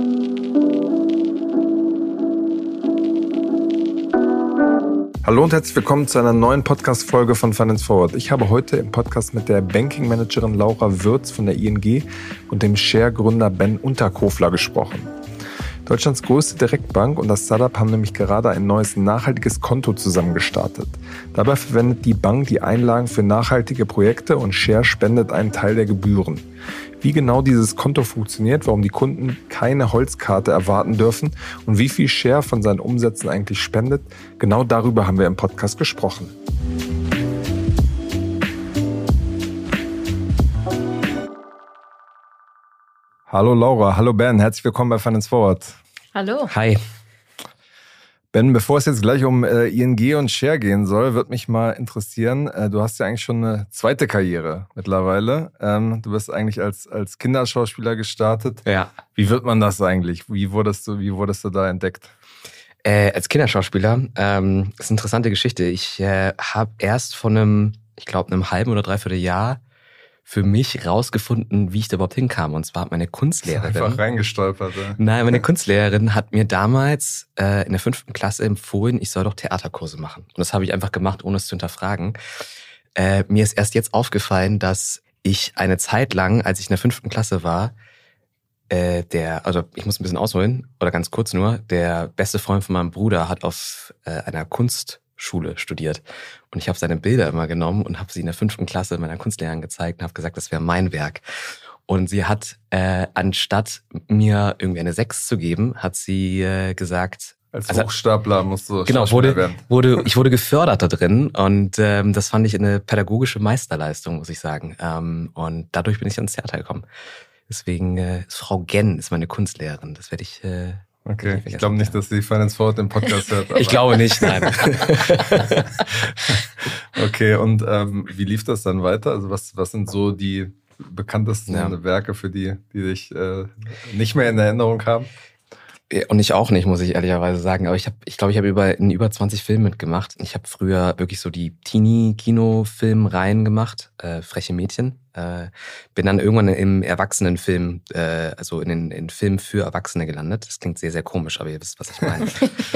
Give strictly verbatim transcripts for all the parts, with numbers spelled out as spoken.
Hallo und herzlich willkommen zu einer neuen Podcast-Folge von Finance Forward. Ich habe heute im Podcast mit der Banking-Managerin Laura Würz von der I N G und dem Share-Gründer Ben Unterkofler gesprochen. Deutschlands größte Direktbank und das Startup haben nämlich gerade ein neues nachhaltiges Konto zusammen gestartet. Dabei verwendet die Bank die Einlagen für nachhaltige Projekte und Share spendet einen Teil der Gebühren. Wie genau dieses Konto funktioniert, warum die Kunden keine Holzkarte erwarten dürfen und wie viel Share von seinen Umsätzen eigentlich spendet, genau darüber haben wir im Podcast gesprochen. Hallo Laura, hallo Ben, herzlich willkommen bei Finance Forward. Hallo. Hi. Ben, bevor es jetzt gleich um äh, I N G und Share gehen soll, würde mich mal interessieren, äh, du hast ja eigentlich schon eine zweite Karriere mittlerweile. Ähm, du bist eigentlich als, als Kinderschauspieler gestartet. Ja. Wie wird man das eigentlich? Wie wurdest du, wie wurdest du da entdeckt? Äh, als Kinderschauspieler, ähm, das ist eine interessante Geschichte. Ich äh, habe erst von einem, ich glaube, einem halben oder dreiviertel Jahr für mich rausgefunden, wie ich da überhaupt hinkam. Und zwar hat meine Kunstlehrerin... Einfach reingestolpert, ja. Nein, meine Kunstlehrerin hat mir damals äh, in der fünften Klasse empfohlen, ich soll doch Theaterkurse machen. Und das habe ich einfach gemacht, ohne es zu hinterfragen. Äh, mir ist erst jetzt aufgefallen, dass ich eine Zeit lang, als ich in der fünften Klasse war, äh, der, also ich muss ein bisschen ausholen, oder ganz kurz nur, der beste Freund von meinem Bruder hat auf äh, einer Kunstschule studiert. Und ich habe seine Bilder immer genommen und habe sie in der fünften Klasse meiner Kunstlehrerin gezeigt und habe gesagt, das wäre mein Werk. Und sie hat, äh, anstatt mir irgendwie eine sechs zu geben, hat sie äh, gesagt... Als also, Hochstapler musst du genau, Schauspieler wurde, werden. wurde, ich wurde gefördert da drin und ähm, das fand ich eine pädagogische Meisterleistung, muss ich sagen. Ähm, und dadurch bin ich ans Theater gekommen. Deswegen äh, ist Frau Genn ist meine Kunstlehrerin. Das werde ich... Äh, Okay, ich glaube nicht, dass sie Finance Forward den Podcast hört. Ich glaube nicht, nein. Okay, und ähm, wie lief das dann weiter? Also was, was sind so die bekanntesten Ja. Werke für die, die dich äh, nicht mehr in Erinnerung haben? Und ich auch nicht, muss ich ehrlicherweise sagen. Aber ich habe, ich glaube, ich habe über, in über zwanzig Filmen mitgemacht. Ich habe früher wirklich so die Teenie-Kino-Filmreihen gemacht, äh, Freche Mädchen. Äh, bin dann irgendwann im Erwachsenenfilm, äh, also in den in Filmen für Erwachsene gelandet. Das klingt sehr, sehr komisch, aber ihr wisst, was ich meine.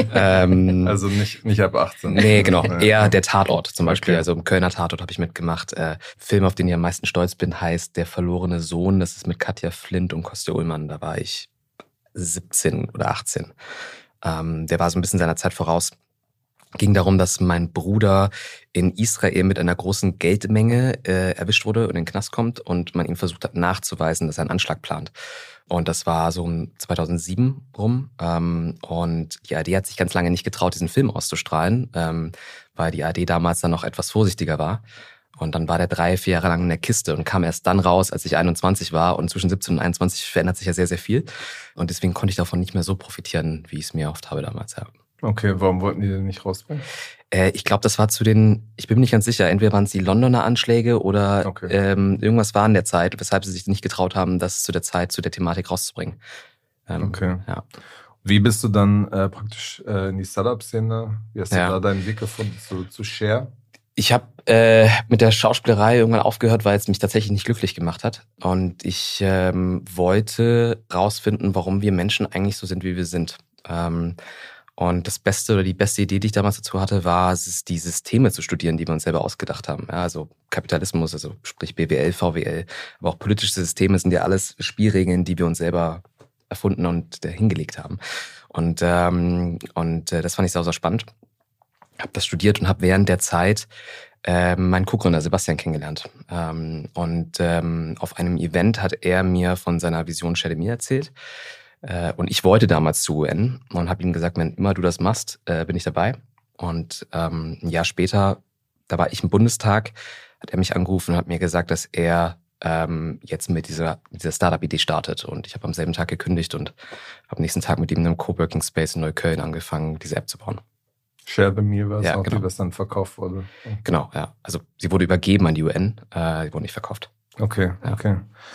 ähm, Also nicht, nicht ab achtzehn. Nee, genau. Eher der Tatort zum Beispiel. Okay. Also im Kölner Tatort habe ich mitgemacht. Äh, Film, auf den ich am meisten stolz bin, heißt Der verlorene Sohn. Das ist mit Katja Flint und Kostja Ullmann. Da war ich siebzehn oder achtzehn. Ähm, der war so ein bisschen seiner Zeit voraus. Ging darum, dass mein Bruder in Israel mit einer großen Geldmenge äh, erwischt wurde und in den Knast kommt und man ihm versucht hat nachzuweisen, dass er einen Anschlag plant. Und das war so um zweitausendsieben rum. Ähm, und die A R D hat sich ganz lange nicht getraut, diesen Film auszustrahlen, ähm, weil die A R D damals dann noch etwas vorsichtiger war. Und dann war der drei, vier Jahre lang in der Kiste und kam erst dann raus, als ich einundzwanzig war. Und zwischen siebzehn und einundzwanzig verändert sich ja sehr, sehr viel. Und deswegen konnte ich davon nicht mehr so profitieren, wie ich es mir erhofft habe damals. Ja. Okay, warum wollten die den nicht rausbringen? Äh, ich glaube, das war zu den, ich bin mir nicht ganz sicher, entweder waren es die Londoner Anschläge oder Okay. ähm, irgendwas war in der Zeit, weshalb sie sich nicht getraut haben, das zu der Zeit, zu der Thematik rauszubringen. Ähm, Okay. Ja. Wie bist du dann äh, praktisch äh, in die Startup-Szene? Wie hast du Ja. da deinen Weg gefunden zu, zu Share? Ich habe äh, mit der Schauspielerei irgendwann aufgehört, weil es mich tatsächlich nicht glücklich gemacht hat. Und ich ähm, wollte rausfinden, warum wir Menschen eigentlich so sind, wie wir sind. Ähm, und das Beste oder die beste Idee, die ich damals dazu hatte, war, es die Systeme zu studieren, die wir uns selber ausgedacht haben. Ja, also Kapitalismus, also sprich B W L, V W L, aber auch politische Systeme sind ja alles Spielregeln, die wir uns selber erfunden und äh, hingelegt haben. Und, ähm, und äh, das fand ich sau, sau spannend. Habe das studiert und habe während der Zeit äh, meinen Co-Gründer Sebastian kennengelernt. Ähm, und ähm, auf einem Event hat er mir von seiner Vision Share Me erzählt. Äh, und ich wollte damals zu U N und habe ihm gesagt, wenn immer du das machst, äh, bin ich dabei. Und ähm, ein Jahr später, da war ich im Bundestag, hat er mich angerufen und hat mir gesagt, dass er ähm, jetzt mit dieser, mit dieser Startup-Idee startet. Und ich habe am selben Tag gekündigt und habe am nächsten Tag mit ihm in einem Coworking Space in Neukölln angefangen, diese App zu bauen. Share the Me war es Ja, auch, genau. die was dann verkauft wurde. Genau, ja. Also sie wurde übergeben an die U N, äh, die wurde nicht verkauft. Okay, Ja. okay.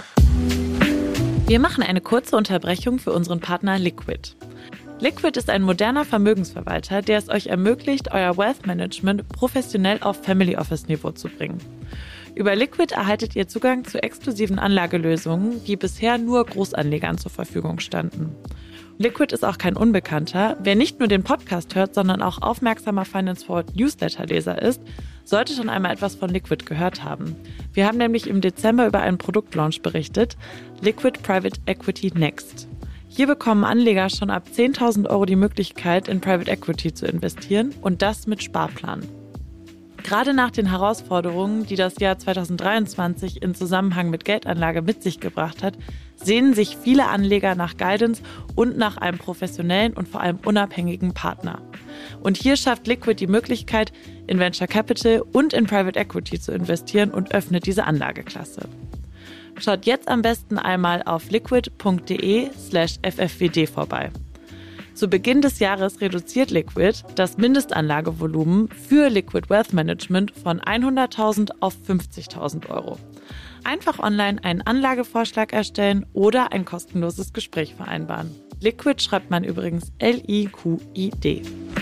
Wir machen eine kurze Unterbrechung für unseren Partner Liquid. Liquid ist ein moderner Vermögensverwalter, der es euch ermöglicht, euer Wealth Management professionell auf Family Office Niveau zu bringen. Über Liquid erhaltet ihr Zugang zu exklusiven Anlagelösungen, die bisher nur Großanlegern zur Verfügung standen. Liquid ist auch kein Unbekannter. Wer nicht nur den Podcast hört, sondern auch aufmerksamer Finance Forward Newsletter-Leser ist, sollte schon einmal etwas von Liquid gehört haben. Wir haben nämlich im Dezember über einen Produktlaunch berichtet, Liquid Private Equity Next. Hier bekommen Anleger schon ab zehntausend Euro die Möglichkeit, in Private Equity zu investieren und das mit Sparplan. Gerade nach den Herausforderungen, die das Jahr zweitausenddreiundzwanzig in Zusammenhang mit Geldanlage mit sich gebracht hat, sehnen sich viele Anleger nach Guidance und nach einem professionellen und vor allem unabhängigen Partner. Und hier schafft Liquid die Möglichkeit, in Venture Capital und in Private Equity zu investieren und öffnet diese Anlageklasse. Schaut jetzt am besten einmal auf liquid.de slash ffwd vorbei. Zu Beginn des Jahres reduziert Liquid das Mindestanlagevolumen für Liquid Wealth Management von hunderttausend auf fünfzigtausend Euro. Einfach online einen Anlagevorschlag erstellen oder ein kostenloses Gespräch vereinbaren. Liquid schreibt man übrigens L I Q I D.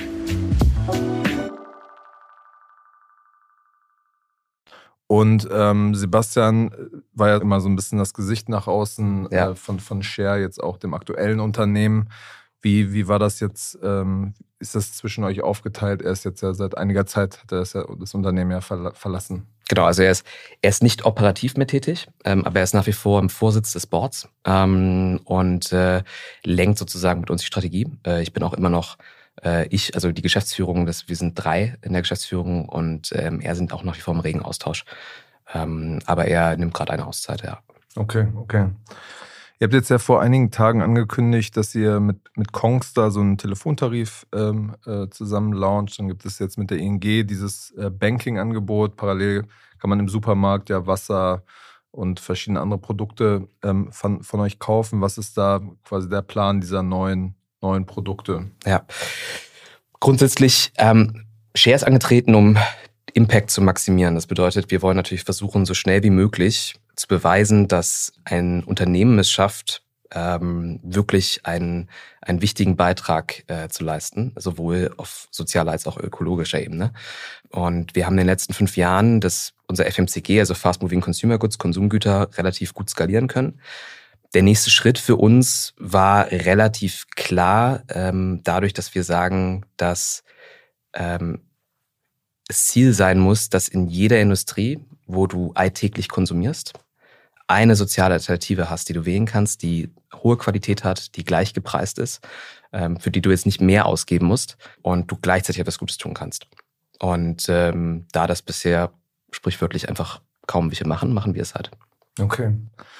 Und ähm, Sebastian war ja immer so ein bisschen das Gesicht nach außen ja. äh, von, von Share, jetzt auch dem aktuellen Unternehmen. Wie, wie war das jetzt? Ähm, ist das zwischen euch aufgeteilt? Er ist jetzt ja seit einiger Zeit, hat er das, ja, das Unternehmen ja verla- verlassen. Genau, also er ist, er ist nicht operativ mit tätig, ähm, aber er ist nach wie vor im Vorsitz des Boards ähm, und äh, lenkt sozusagen mit uns die Strategie. Äh, ich bin auch immer noch, äh, ich, also die Geschäftsführung, das, wir sind drei in der Geschäftsführung und ähm, er sind auch nach wie vor im regen Austausch. Ähm, aber er nimmt gerade eine Auszeit, ja. Okay, okay. Ihr habt jetzt ja vor einigen Tagen angekündigt, dass ihr mit, mit Kongstar so einen Telefontarif ähm, äh, zusammen launcht. Dann gibt es jetzt mit der I N G dieses äh, Banking-Angebot. Parallel kann man im Supermarkt ja Wasser und verschiedene andere Produkte ähm, von, von euch kaufen. Was ist da quasi der Plan dieser neuen, neuen Produkte? Ja, grundsätzlich, ähm, Share ist angetreten, um Impact zu maximieren. Das bedeutet, wir wollen natürlich versuchen, so schnell wie möglich zu beweisen, dass ein Unternehmen es schafft, ähm, wirklich einen, einen wichtigen Beitrag äh, zu leisten, sowohl auf sozialer als auch ökologischer Ebene. Und wir haben in den letzten fünf Jahren das, unser F M C G, also Fast Moving Consumer Goods, Konsumgüter, relativ gut skalieren können. Der nächste Schritt für uns war relativ klar, ähm, dadurch, dass wir sagen, dass ähm, das Ziel sein muss, dass in jeder Industrie, wo du alltäglich konsumierst, eine soziale Alternative hast, die du wählen kannst, die hohe Qualität hat, die gleich gepreist ist, für die du jetzt nicht mehr ausgeben musst und du gleichzeitig etwas Gutes tun kannst. Und ähm, da das bisher sprichwörtlich einfach kaum welche machen, machen wir es halt. Okay.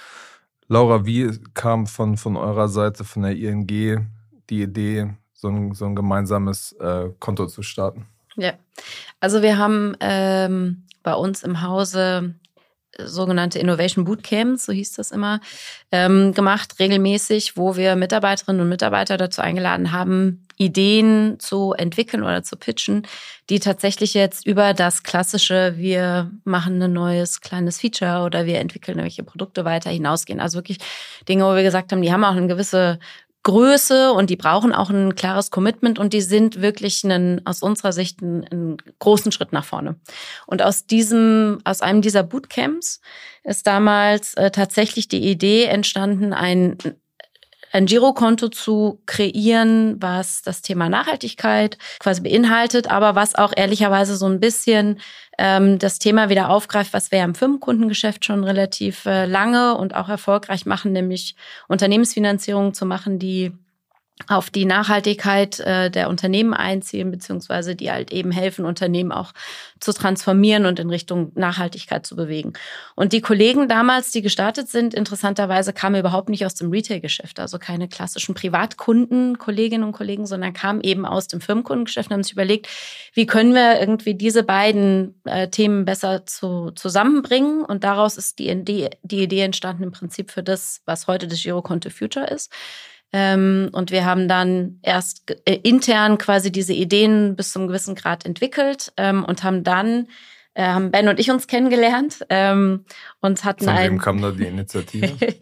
Laura, wie kam von, von eurer Seite, von der I N G, die Idee, so ein, so ein gemeinsames äh, Konto zu starten? Ja, also wir haben ähm, bei uns im Hause sogenannte Innovation Bootcamps, so hieß das immer, ähm, gemacht, regelmäßig, wo wir Mitarbeiterinnen und Mitarbeiter dazu eingeladen haben, Ideen zu entwickeln oder zu pitchen, die tatsächlich jetzt über das klassische, wir machen ein neues kleines Feature oder wir entwickeln irgendwelche Produkte weiter hinausgehen. Also wirklich Dinge, wo wir gesagt haben, die haben auch eine gewisse Größe und die brauchen auch ein klares Commitment und die sind wirklich einen, aus unserer Sicht einen, einen großen Schritt nach vorne. Und aus diesem, aus einem dieser Bootcamps ist damals äh, tatsächlich die Idee entstanden, ein ein Girokonto zu kreieren, was das Thema Nachhaltigkeit quasi beinhaltet, aber was auch ehrlicherweise so ein bisschen ähm, das Thema wieder aufgreift, was wir ja im Firmenkundengeschäft schon relativ äh, lange und auch erfolgreich machen, nämlich Unternehmensfinanzierungen zu machen, die auf die Nachhaltigkeit äh, der Unternehmen einziehen, beziehungsweise die halt eben helfen, Unternehmen auch zu transformieren und in Richtung Nachhaltigkeit zu bewegen. Und die Kollegen damals, die gestartet sind, interessanterweise kamen überhaupt nicht aus dem Retail-Geschäft, also keine klassischen Privatkunden, Kolleginnen und Kollegen, sondern kamen eben aus dem Firmenkundengeschäft und haben sich überlegt, wie können wir irgendwie diese beiden äh, Themen besser zu, zusammenbringen. Und daraus ist die, die, die Idee entstanden im Prinzip für das, was heute das Girokonto Future ist. Ähm, und wir haben dann erst äh, intern quasi diese Ideen bis zum gewissen Grad entwickelt ähm, und haben dann, äh, haben Ben und ich uns kennengelernt ähm, und hatten Von ein... wem kam da die Initiative?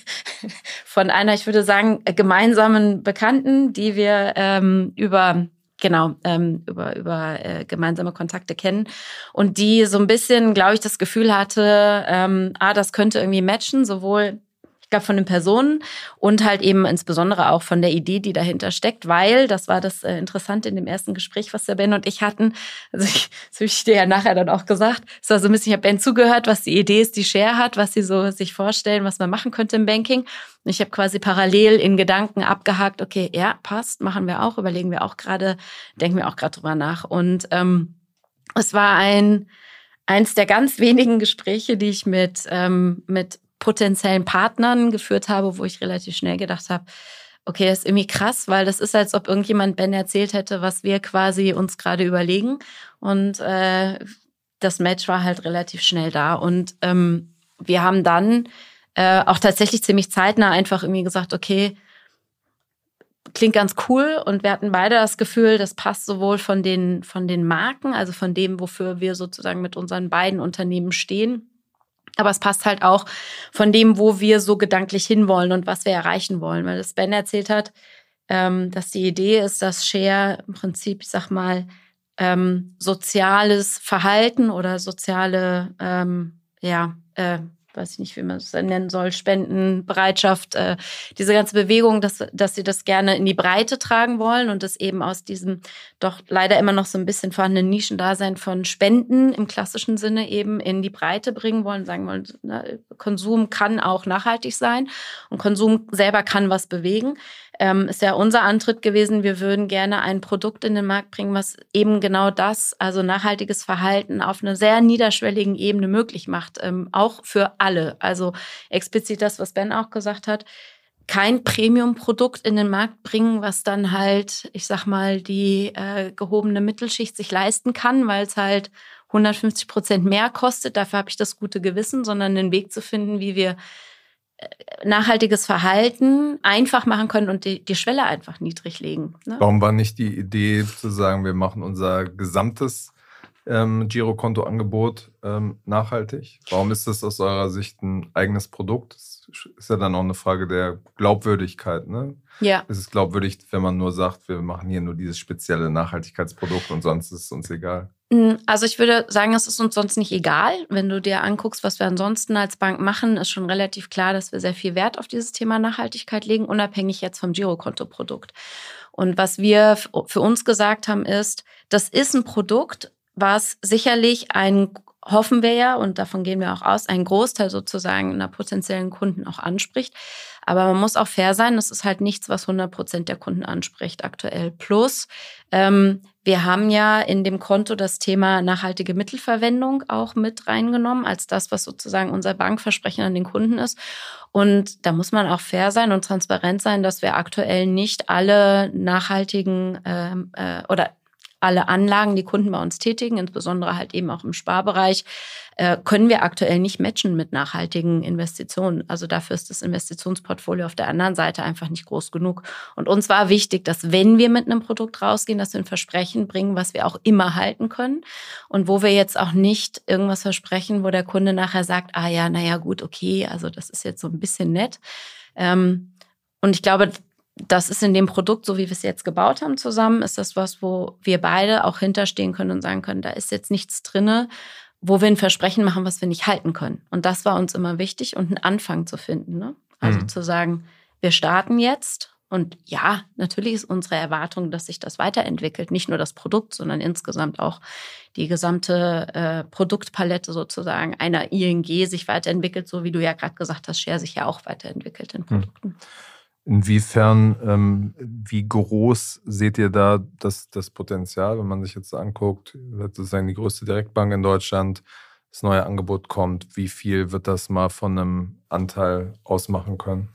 Von einer, ich würde sagen, gemeinsamen Bekannten, die wir ähm, über Genau, ähm, über, über äh, gemeinsame Kontakte kennen. Und die so ein bisschen, glaube ich, das Gefühl hatte, ähm, ah, das könnte irgendwie matchen, sowohl, ich glaube, von den Personen und halt eben insbesondere auch von der Idee, die dahinter steckt, weil, das war das äh, Interessante in dem ersten Gespräch, was der Ben und ich hatten, also ich, das habe ich dir ja nachher dann auch gesagt, es war so ein bisschen, ich habe Ben zugehört, was die Idee ist, die Share hat, was sie so sich vorstellen, was man machen könnte im Banking. Und ich habe quasi parallel in Gedanken abgehakt, okay, ja, passt, machen wir auch, überlegen wir auch gerade, denken wir auch gerade drüber nach. Und ähm, es war ein eins der ganz wenigen Gespräche, die ich mit ähm, mit potenziellen Partnern geführt habe, wo ich relativ schnell gedacht habe, okay, das ist irgendwie krass, weil das ist, als ob irgendjemand Ben erzählt hätte, was wir quasi uns gerade überlegen. Und äh, das Match war halt relativ schnell da. Und ähm, wir haben dann äh, auch tatsächlich ziemlich zeitnah einfach irgendwie gesagt, okay, klingt ganz cool. Und wir hatten beide das Gefühl, das passt sowohl von den, von den Marken, also von dem, wofür wir sozusagen mit unseren beiden Unternehmen stehen, aber es passt halt auch von dem, wo wir so gedanklich hinwollen und was wir erreichen wollen. Weil das Ben erzählt hat, ähm, dass die Idee ist, dass Share im Prinzip, ich sag mal, ähm, soziales Verhalten oder soziale, ähm, ja, äh, weiß ich nicht, wie man es nennen soll, Spendenbereitschaft, äh, diese ganze Bewegung, dass, dass sie das gerne in die Breite tragen wollen und das eben aus diesem doch leider immer noch so ein bisschen vorhandenen Nischendasein von Spenden im klassischen Sinne eben in die Breite bringen wollen, sagen wollen, ne, Konsum kann auch nachhaltig sein und Konsum selber kann was bewegen. Ähm, ist ja unser Antritt gewesen, wir würden gerne ein Produkt in den Markt bringen, was eben genau das, also nachhaltiges Verhalten auf einer sehr niederschwelligen Ebene möglich macht, ähm, auch für alle. Also explizit das, was Ben auch gesagt hat, kein Premium-Produkt in den Markt bringen, was dann halt, ich sag mal, die äh, gehobene Mittelschicht sich leisten kann, weil es halt hundertfünfzig Prozent mehr kostet. Dafür habe ich das gute Gewissen, sondern einen Weg zu finden, wie wir nachhaltiges Verhalten einfach machen können und die, die Schwelle einfach niedrig legen. Ne? Warum war nicht die Idee zu sagen, wir machen unser gesamtes ähm, Girokonto-Angebot ähm, nachhaltig? Warum ist das aus eurer Sicht ein eigenes Produkt? Das ist ja dann auch eine Frage der Glaubwürdigkeit. Ne? Ja. Es ist glaubwürdig, wenn man nur sagt, wir machen hier nur dieses spezielle Nachhaltigkeitsprodukt und sonst ist es uns egal. Also ich würde sagen, es ist uns sonst nicht egal. Wenn du dir anguckst, was wir ansonsten als Bank machen, ist schon relativ klar, dass wir sehr viel Wert auf dieses Thema Nachhaltigkeit legen, unabhängig jetzt vom Girokonto-Produkt. Und was wir für uns gesagt haben, ist, das ist ein Produkt, was sicherlich ein, hoffen wir ja, und davon gehen wir auch aus, einen Großteil sozusagen einer potenziellen Kunden auch anspricht. Aber man muss auch fair sein, das ist halt nichts, was hundert Prozent der Kunden anspricht aktuell. Plus, ähm, wir haben ja in dem Konto das Thema nachhaltige Mittelverwendung auch mit reingenommen, als das, was sozusagen unser Bankversprechen an den Kunden ist. Und da muss man auch fair sein und transparent sein, dass wir aktuell nicht alle nachhaltigen ähm, äh, oder alle Anlagen, die Kunden bei uns tätigen, insbesondere halt eben auch im Sparbereich, äh, können wir aktuell nicht matchen mit nachhaltigen Investitionen. Also dafür ist das Investitionsportfolio auf der anderen Seite einfach nicht groß genug. Und uns war wichtig, dass wenn wir mit einem Produkt rausgehen, dass wir ein Versprechen bringen, was wir auch immer halten können und wo wir jetzt auch nicht irgendwas versprechen, wo der Kunde nachher sagt, ah ja, naja gut, okay, also das ist jetzt so ein bisschen nett. Ähm, und ich glaube, das ist in dem Produkt, so wie wir es jetzt gebaut haben zusammen, ist das was, wo wir beide auch hinterstehen können und sagen können, da ist jetzt nichts drinne, wo wir ein Versprechen machen, was wir nicht halten können. Und das war uns immer wichtig und einen Anfang zu finden. Ne? Also mhm. zu sagen, wir starten jetzt und ja, natürlich ist unsere Erwartung, dass sich das weiterentwickelt. Nicht nur das Produkt, sondern insgesamt auch die gesamte äh, Produktpalette sozusagen einer I N G sich weiterentwickelt, so wie du ja gerade gesagt hast, Share sich ja auch weiterentwickelt in Produkten. Mhm. Inwiefern, ähm, wie groß seht ihr da das, das Potenzial, wenn man sich jetzt anguckt, sozusagen die größte Direktbank in Deutschland, das neue Angebot kommt, wie viel wird das mal von einem Anteil ausmachen können?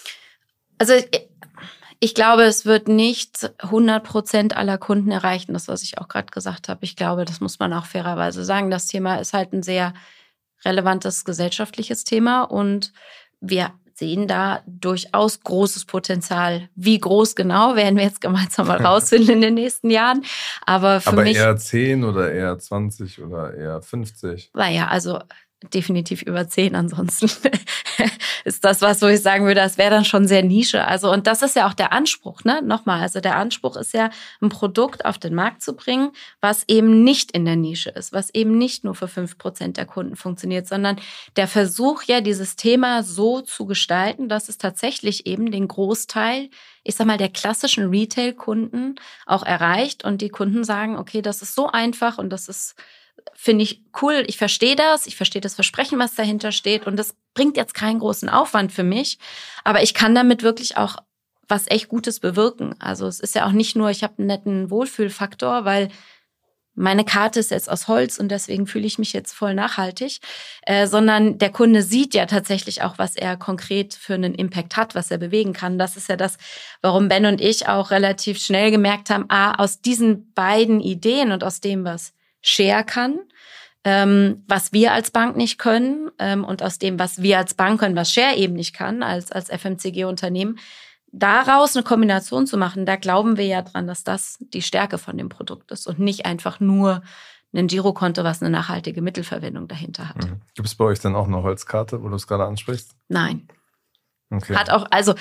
Also ich, ich glaube, es wird nicht hundert Prozent aller Kunden erreichen, das, was ich auch gerade gesagt habe. Ich glaube, das muss man auch fairerweise sagen. Das Thema ist halt ein sehr relevantes gesellschaftliches Thema und wir sehen da durchaus großes Potenzial. Wie groß genau, werden wir jetzt gemeinsam mal rausfinden in den nächsten Jahren. Aber für Aber mich, eher zehn oder eher zwanzig oder eher fünfzig? Naja, also definitiv über zehn. Ansonsten ist das was, wo ich sagen würde, das wäre dann schon sehr Nische. Also, und das ist ja auch der Anspruch, ne? Nochmal, also der Anspruch ist ja, ein Produkt auf den Markt zu bringen, was eben nicht in der Nische ist, was eben nicht nur für fünf Prozent der Kunden funktioniert, sondern der Versuch ja, dieses Thema so zu gestalten, dass es tatsächlich eben den Großteil, ich sag mal, der klassischen Retail-Kunden auch erreicht und die Kunden sagen, okay, das ist so einfach und das ist, finde ich cool, ich verstehe das, ich verstehe das Versprechen, was dahinter steht und das bringt jetzt keinen großen Aufwand für mich, aber ich kann damit wirklich auch was echt Gutes bewirken. Also es ist ja auch nicht nur, ich habe einen netten Wohlfühlfaktor, weil meine Karte ist jetzt aus Holz und deswegen fühle ich mich jetzt voll nachhaltig, äh, sondern der Kunde sieht ja tatsächlich auch, was er konkret für einen Impact hat, was er bewegen kann. Das ist ja das, warum Ben und ich auch relativ schnell gemerkt haben, ah, aus diesen beiden Ideen und aus dem, was Share kann, ähm, was wir als Bank nicht können ähm, und aus dem, was wir als Bank können, was Share eben nicht kann, als, als F M C G-Unternehmen, daraus eine Kombination zu machen, da glauben wir ja dran, dass das die Stärke von dem Produkt ist und nicht einfach nur ein Girokonto, was eine nachhaltige Mittelverwendung dahinter hat. Mhm. Gibt es bei euch dann auch eine Holzkarte, wo du es gerade ansprichst? Nein. Okay. Hat auch, also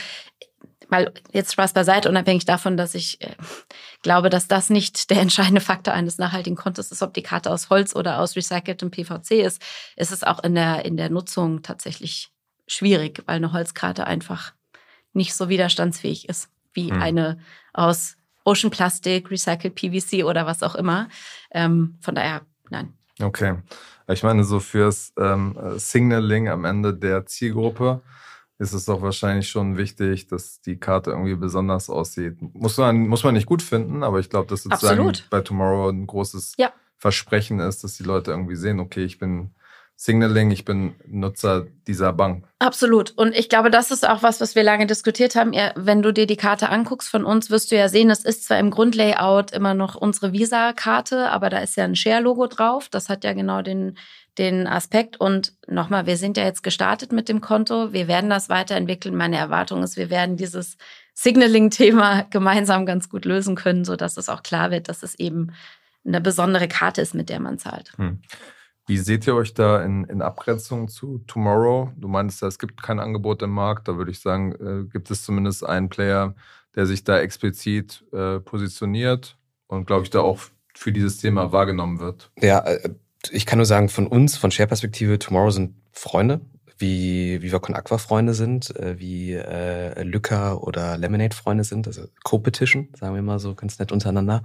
mal jetzt Spaß beiseite, unabhängig davon, dass ich äh, glaube, dass das nicht der entscheidende Faktor eines nachhaltigen Kontos ist, ob die Karte aus Holz oder aus recyceltem P V C ist, ist es auch in der, in der Nutzung tatsächlich schwierig, weil eine Holzkarte einfach nicht so widerstandsfähig ist wie hm. eine aus Ocean Plastik, Recycled P V C oder was auch immer. Ähm, von daher, nein. Okay. Ich meine, so fürs ähm, Signaling am Ende der Zielgruppe ist es doch wahrscheinlich schon wichtig, dass die Karte irgendwie besonders aussieht. Muss man, muss man nicht gut finden, aber ich glaube, dass sozusagen Absolut. bei Tomorrow ein großes ja. Versprechen ist, dass die Leute irgendwie sehen, okay, ich bin Signaling, ich bin Nutzer dieser Bank. Absolut. Und ich glaube, das ist auch was, was wir lange diskutiert haben. Wenn du dir die Karte anguckst von uns, wirst du ja sehen, es ist zwar im Grundlayout immer noch unsere Visa-Karte, aber da ist ja ein Share-Logo drauf. Das hat ja genau den den Aspekt. Und nochmal, wir sind ja jetzt gestartet mit dem Konto. Wir werden das weiterentwickeln. Meine Erwartung ist, wir werden dieses Signaling-Thema gemeinsam ganz gut lösen können, sodass es auch klar wird, dass es eben eine besondere Karte ist, mit der man zahlt. Hm. Wie seht ihr euch da in, in Abgrenzung zu Tomorrow? Du meintest ja, es gibt kein Angebot im Markt. Da würde ich sagen, äh, gibt es zumindest einen Player, der sich da explizit äh, positioniert und, glaube ich, da auch für dieses Thema wahrgenommen wird. Ja, äh, ich kann nur sagen, von uns, von Share-Perspektive, Tomorrow sind Freunde, wie, wie wir Conaqua Freunde sind, äh, wie äh, Lyca oder Lemonade Freunde sind, also Co-Petition, sagen wir mal so ganz nett untereinander.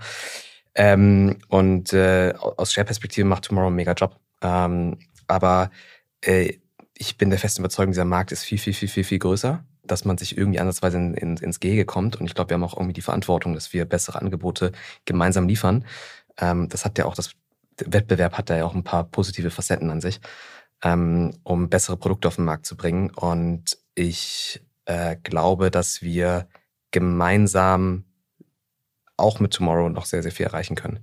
Ähm, und äh, aus Share-Perspektive macht Tomorrow einen mega Job. Ähm, aber äh, ich bin der festen Überzeugung, dieser Markt ist viel, viel, viel, viel, viel größer, dass man sich irgendwie andersweise in, in, ins Gehege kommt. Und ich glaube, wir haben auch irgendwie die Verantwortung, dass wir bessere Angebote gemeinsam liefern. Ähm, das hat ja auch, das Wettbewerb hat da ja auch ein paar positive Facetten an sich, ähm, um bessere Produkte auf den Markt zu bringen. Und ich äh, glaube, dass wir gemeinsam auch mit Tomorrow noch sehr, sehr viel erreichen können.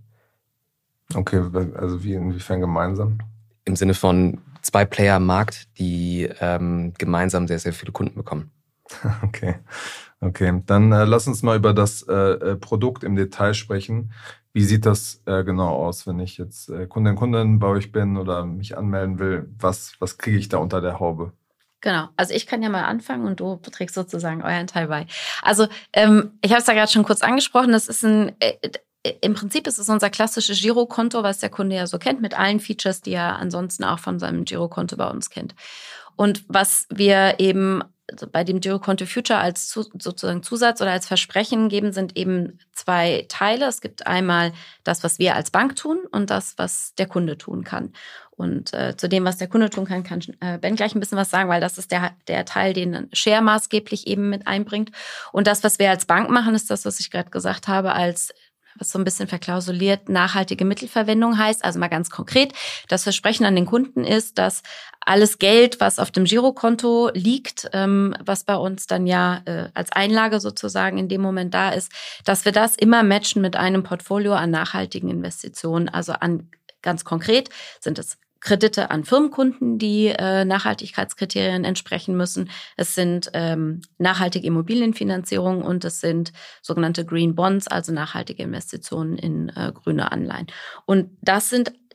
Okay, also wie inwiefern gemeinsam? Im Sinne von zwei Player am Markt, die ähm, gemeinsam sehr, sehr viele Kunden bekommen. Okay, okay. Dann äh, lass uns mal über das äh, Produkt im Detail sprechen. Wie sieht das äh, genau aus, wenn ich jetzt äh, Kundin, Kundin bei euch bin oder mich anmelden will? Was, was kriege ich da unter der Haube? Genau, also ich kann ja mal anfangen und du trägst sozusagen euren Teil bei. Also ähm, ich habe es da gerade schon kurz angesprochen, das ist ein, äh, im Prinzip ist es unser klassisches Girokonto, was der Kunde ja so kennt, mit allen Features, die er ansonsten auch von seinem Girokonto bei uns kennt. Und was wir eben also bei dem Girokonto Future als zu, sozusagen Zusatz oder als Versprechen geben, sind eben zwei Teile. Es gibt einmal das, was wir als Bank tun und das, was der Kunde tun kann. Und äh, zu dem, was der Kunde tun kann, kann äh, Ben gleich ein bisschen was sagen, weil das ist der, der Teil, den Share maßgeblich eben mit einbringt. Und das, was wir als Bank machen, ist das, was ich gerade gesagt habe, als was so ein bisschen verklausuliert nachhaltige Mittelverwendung heißt. Also mal ganz konkret, das Versprechen an den Kunden ist, dass alles Geld, was auf dem Girokonto liegt, ähm, was bei uns dann ja äh, als Einlage sozusagen in dem Moment da ist, dass wir das immer matchen mit einem Portfolio an nachhaltigen Investitionen. Also an ganz konkret sind es Kredite an Firmenkunden, die äh, Nachhaltigkeitskriterien entsprechen müssen. Es sind ähm, nachhaltige Immobilienfinanzierungen und es sind sogenannte Green Bonds, also nachhaltige Investitionen in äh, grüne Anleihen. Und das sind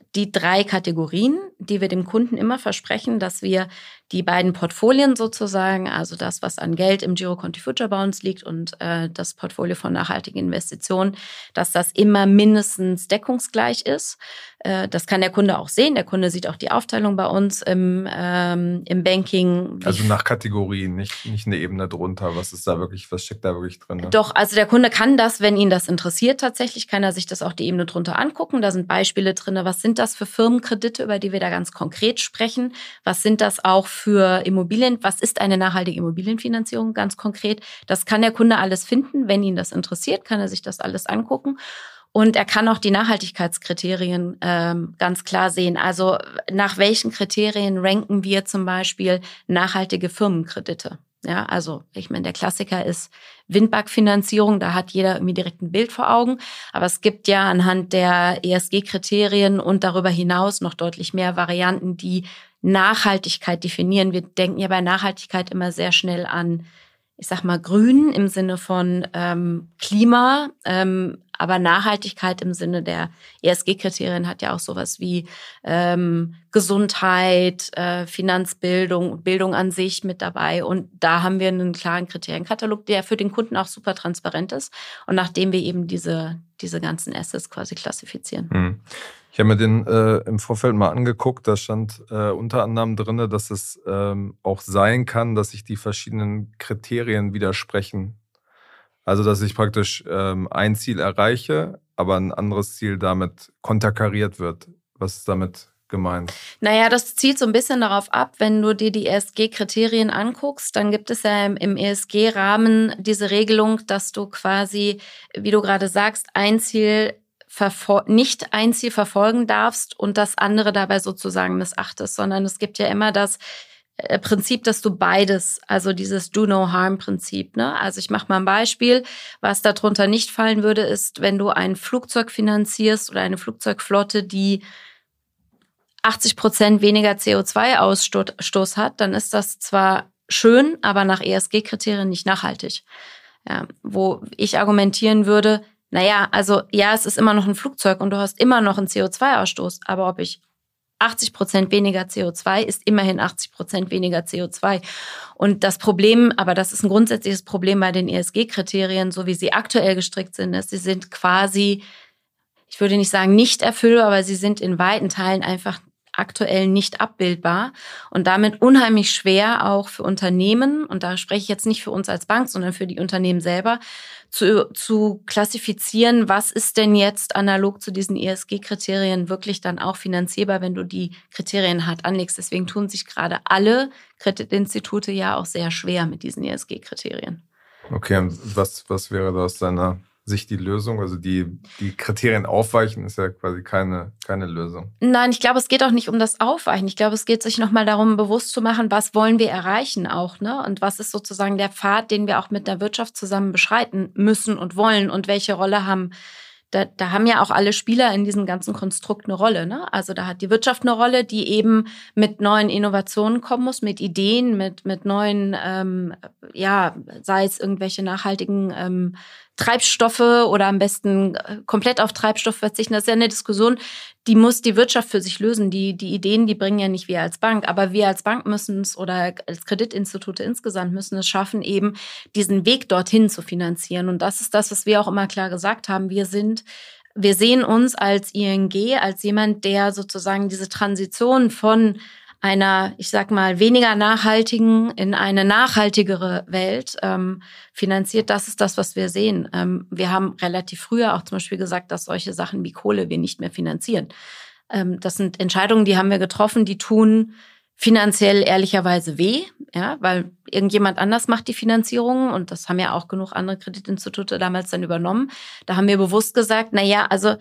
die drei Kategorien, die wir dem Kunden immer versprechen, dass wir die beiden Portfolien sozusagen, also das, was an Geld im Girokonto Future bei uns liegt und äh, das Portfolio von nachhaltigen Investitionen, dass das immer mindestens deckungsgleich ist. Äh, das kann der Kunde auch sehen. Der Kunde sieht auch die Aufteilung bei uns im, ähm, im Banking. Also nach Kategorien, nicht, nicht eine Ebene drunter. Was ist da wirklich, was steckt da wirklich drin? Ne? Doch, also der Kunde kann das, wenn ihn das interessiert tatsächlich, kann er sich das auch die Ebene drunter angucken. Da sind Beispiele drin. Was sind das für Firmenkredite, über die wir da ganz konkret sprechen? Was sind das auch für Immobilien? Was ist eine nachhaltige Immobilienfinanzierung ganz konkret? Das kann der Kunde alles finden. Wenn ihn das interessiert, kann er sich das alles angucken. Und er kann auch die Nachhaltigkeitskriterien ähm, ganz klar sehen. Also nach welchen Kriterien ranken wir zum Beispiel nachhaltige Firmenkredite? Ja, also ich meine, der Klassiker ist Windparkfinanzierung, da hat jeder irgendwie direkt ein Bild vor Augen. Aber es gibt ja anhand der E S G-Kriterien und darüber hinaus noch deutlich mehr Varianten, die Nachhaltigkeit definieren. Wir denken ja bei Nachhaltigkeit immer sehr schnell an, ich sag mal, grün im Sinne von ähm, Klima, ähm, aber Nachhaltigkeit im Sinne der E S G-Kriterien hat ja auch sowas wie ähm, Gesundheit, äh, Finanzbildung, Bildung an sich mit dabei. Und da haben wir einen klaren Kriterienkatalog, der für den Kunden auch super transparent ist und nachdem wir eben diese, diese ganzen Assets quasi klassifizieren. Hm. Ich habe mir den äh, im Vorfeld mal angeguckt, da stand äh, unter anderem drin, dass es ähm, auch sein kann, dass sich die verschiedenen Kriterien widersprechen. Also dass ich praktisch ähm, ein Ziel erreiche, aber ein anderes Ziel damit konterkariert wird. Was ist damit gemeint? Naja, das zielt so ein bisschen darauf ab, wenn du dir die E S G-Kriterien anguckst, dann gibt es ja im, im E S G-Rahmen diese Regelung, dass du quasi, wie du gerade sagst, ein Ziel Verfol- nicht ein Ziel verfolgen darfst und das andere dabei sozusagen missachtest, sondern es gibt ja immer das äh, Prinzip, dass du beides, also dieses Do-No-Harm-Prinzip, ne? Also ich mache mal ein Beispiel, was darunter nicht fallen würde, ist, wenn du ein Flugzeug finanzierst oder eine Flugzeugflotte, die achtzig Prozent weniger C O zwei Ausstoß hat, dann ist das zwar schön, aber nach E S G-Kriterien nicht nachhaltig. Ja, wo ich argumentieren würde, naja, also ja, es ist immer noch ein Flugzeug und du hast immer noch einen C O zwei Ausstoß, aber ob ich achtzig Prozent weniger C O zwei ist immerhin achtzig Prozent weniger C O zwei. Und das Problem, aber das ist ein grundsätzliches Problem bei den E S G-Kriterien, so wie sie aktuell gestrickt sind, ist, sie sind quasi, ich würde nicht sagen nicht erfüllbar, aber sie sind in weiten Teilen einfach aktuell nicht abbildbar und damit unheimlich schwer auch für Unternehmen, und da spreche ich jetzt nicht für uns als Bank, sondern für die Unternehmen selber, zu, zu klassifizieren, was ist denn jetzt analog zu diesen E S G-Kriterien wirklich dann auch finanzierbar, wenn du die Kriterien hart anlegst. Deswegen tun sich gerade alle Kreditinstitute ja auch sehr schwer mit diesen E S G-Kriterien. Okay, und was, was wäre da aus deiner Sicht die Lösung? Also die, die Kriterien aufweichen ist ja quasi keine, keine Lösung. Nein, ich glaube, es geht auch nicht um das Aufweichen. Ich glaube, es geht sich nochmal darum, bewusst zu machen, was wollen wir erreichen auch, ne? Und was ist sozusagen der Pfad, den wir auch mit der Wirtschaft zusammen beschreiten müssen und wollen und welche Rolle haben. Da, da haben ja auch alle Spieler in diesem ganzen Konstrukt eine Rolle, ne? Also da hat die Wirtschaft eine Rolle, die eben mit neuen Innovationen kommen muss, mit Ideen, mit mit neuen, ähm, ja, sei es irgendwelche nachhaltigen ähm, Treibstoffe oder am besten komplett auf Treibstoff verzichten. Das ist ja eine Diskussion, die muss die Wirtschaft für sich lösen. Die, die Ideen, die bringen ja nicht wir als Bank. Aber wir als Bank müssen es oder als Kreditinstitute insgesamt müssen es schaffen, eben diesen Weg dorthin zu finanzieren. Und das ist das, was wir auch immer klar gesagt haben. Wir sind, wir sehen uns als I N G, als jemand, der sozusagen diese Transition von einer, ich sag mal, weniger nachhaltigen in eine nachhaltigere Welt ähm, finanziert. Das ist das, was wir sehen. Ähm, wir haben relativ früher auch zum Beispiel gesagt, dass solche Sachen wie Kohle wir nicht mehr finanzieren. Ähm, das sind Entscheidungen, die haben wir getroffen, die tun finanziell ehrlicherweise weh, ja, weil irgendjemand anders macht die Finanzierung und das haben ja auch genug andere Kreditinstitute damals dann übernommen. Da haben wir bewusst gesagt, na ja, also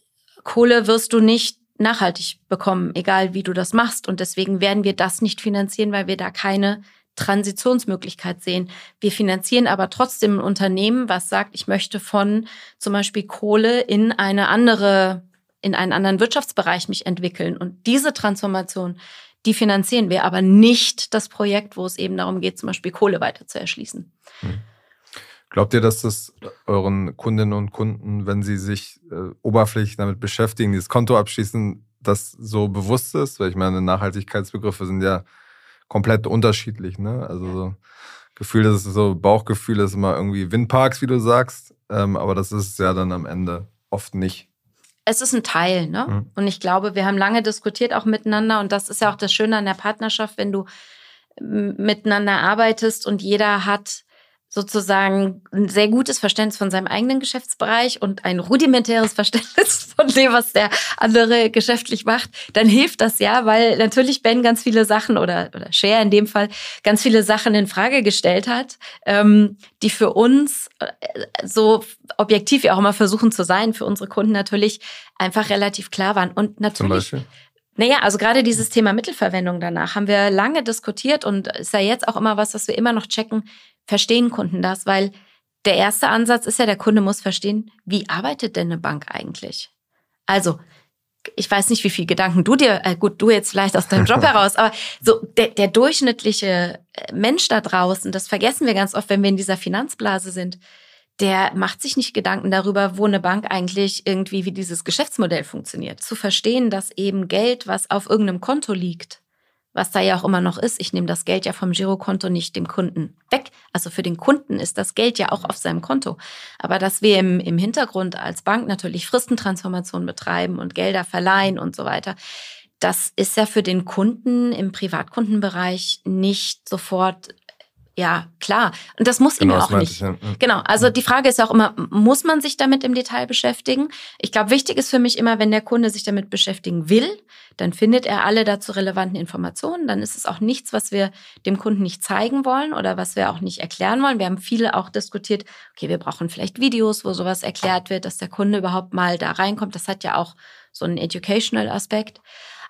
Kohle wirst du nicht nachhaltig bekommen, egal wie du das machst. Und deswegen werden wir das nicht finanzieren, weil wir da keine Transitionsmöglichkeit sehen. Wir finanzieren aber trotzdem ein Unternehmen, was sagt, ich möchte von zum Beispiel Kohle in eine andere, in einen anderen Wirtschaftsbereich mich entwickeln. Und diese Transformation, die finanzieren wir, aber nicht das Projekt, wo es eben darum geht, zum Beispiel Kohle weiter zu erschließen. Hm. Glaubt ihr, dass das euren Kundinnen und Kunden, wenn sie sich äh, oberflächlich damit beschäftigen, dieses Konto abschließen, das so bewusst ist, weil ich meine, Nachhaltigkeitsbegriffe sind ja komplett unterschiedlich, ne? Also so Gefühl, das ist so, Bauchgefühl ist immer irgendwie Windparks, wie du sagst, ähm, aber das ist es ja dann am Ende oft nicht. Es ist ein Teil, ne? Mhm. Und ich glaube, wir haben lange diskutiert auch miteinander und das ist ja auch das Schöne an der Partnerschaft, wenn du miteinander arbeitest und jeder hat sozusagen ein sehr gutes Verständnis von seinem eigenen Geschäftsbereich und ein rudimentäres Verständnis von dem, was der andere geschäftlich macht, dann hilft das ja, weil natürlich Ben ganz viele Sachen oder, oder Cher in dem Fall ganz viele Sachen in Frage gestellt hat, ähm, die für uns, so objektiv wir auch immer versuchen zu sein, für unsere Kunden natürlich einfach relativ klar waren. Und natürlich, Zum Beispiel? Naja, also gerade dieses Thema Mittelverwendung danach haben wir lange diskutiert und ist ja jetzt auch immer was, was wir immer noch checken. Verstehen Kunden das? Weil der erste Ansatz ist ja, der Kunde muss verstehen, wie arbeitet denn eine Bank eigentlich? Also, ich weiß nicht, wie viel Gedanken du dir, äh gut, du jetzt vielleicht aus deinem Job heraus, aber so der, der durchschnittliche Mensch da draußen, das vergessen wir ganz oft, wenn wir in dieser Finanzblase sind, der macht sich nicht Gedanken darüber, wo eine Bank eigentlich irgendwie, wie dieses Geschäftsmodell funktioniert. Zu verstehen, dass eben Geld, was auf irgendeinem Konto liegt, was da ja auch immer noch ist. Ich nehme das Geld ja vom Girokonto nicht dem Kunden weg. Also für den Kunden ist das Geld ja auch auf seinem Konto. Aber dass wir im, im Hintergrund als Bank natürlich Fristentransformation betreiben und Gelder verleihen und so weiter, das ist ja für den Kunden im Privatkundenbereich nicht sofort, ja, klar. Und das muss Genau, ihm ja das auch meinte nicht. ich, ja. Genau, also die Frage ist ja auch immer, muss man sich damit im Detail beschäftigen? Ich glaube, wichtig ist für mich immer, wenn der Kunde sich damit beschäftigen will, dann findet er alle dazu relevanten Informationen. Dann ist es auch nichts, was wir dem Kunden nicht zeigen wollen oder was wir auch nicht erklären wollen. Wir haben viele auch diskutiert, okay, wir brauchen vielleicht Videos, wo sowas erklärt wird, dass der Kunde überhaupt mal da reinkommt. Das hat ja auch so einen educational Aspekt.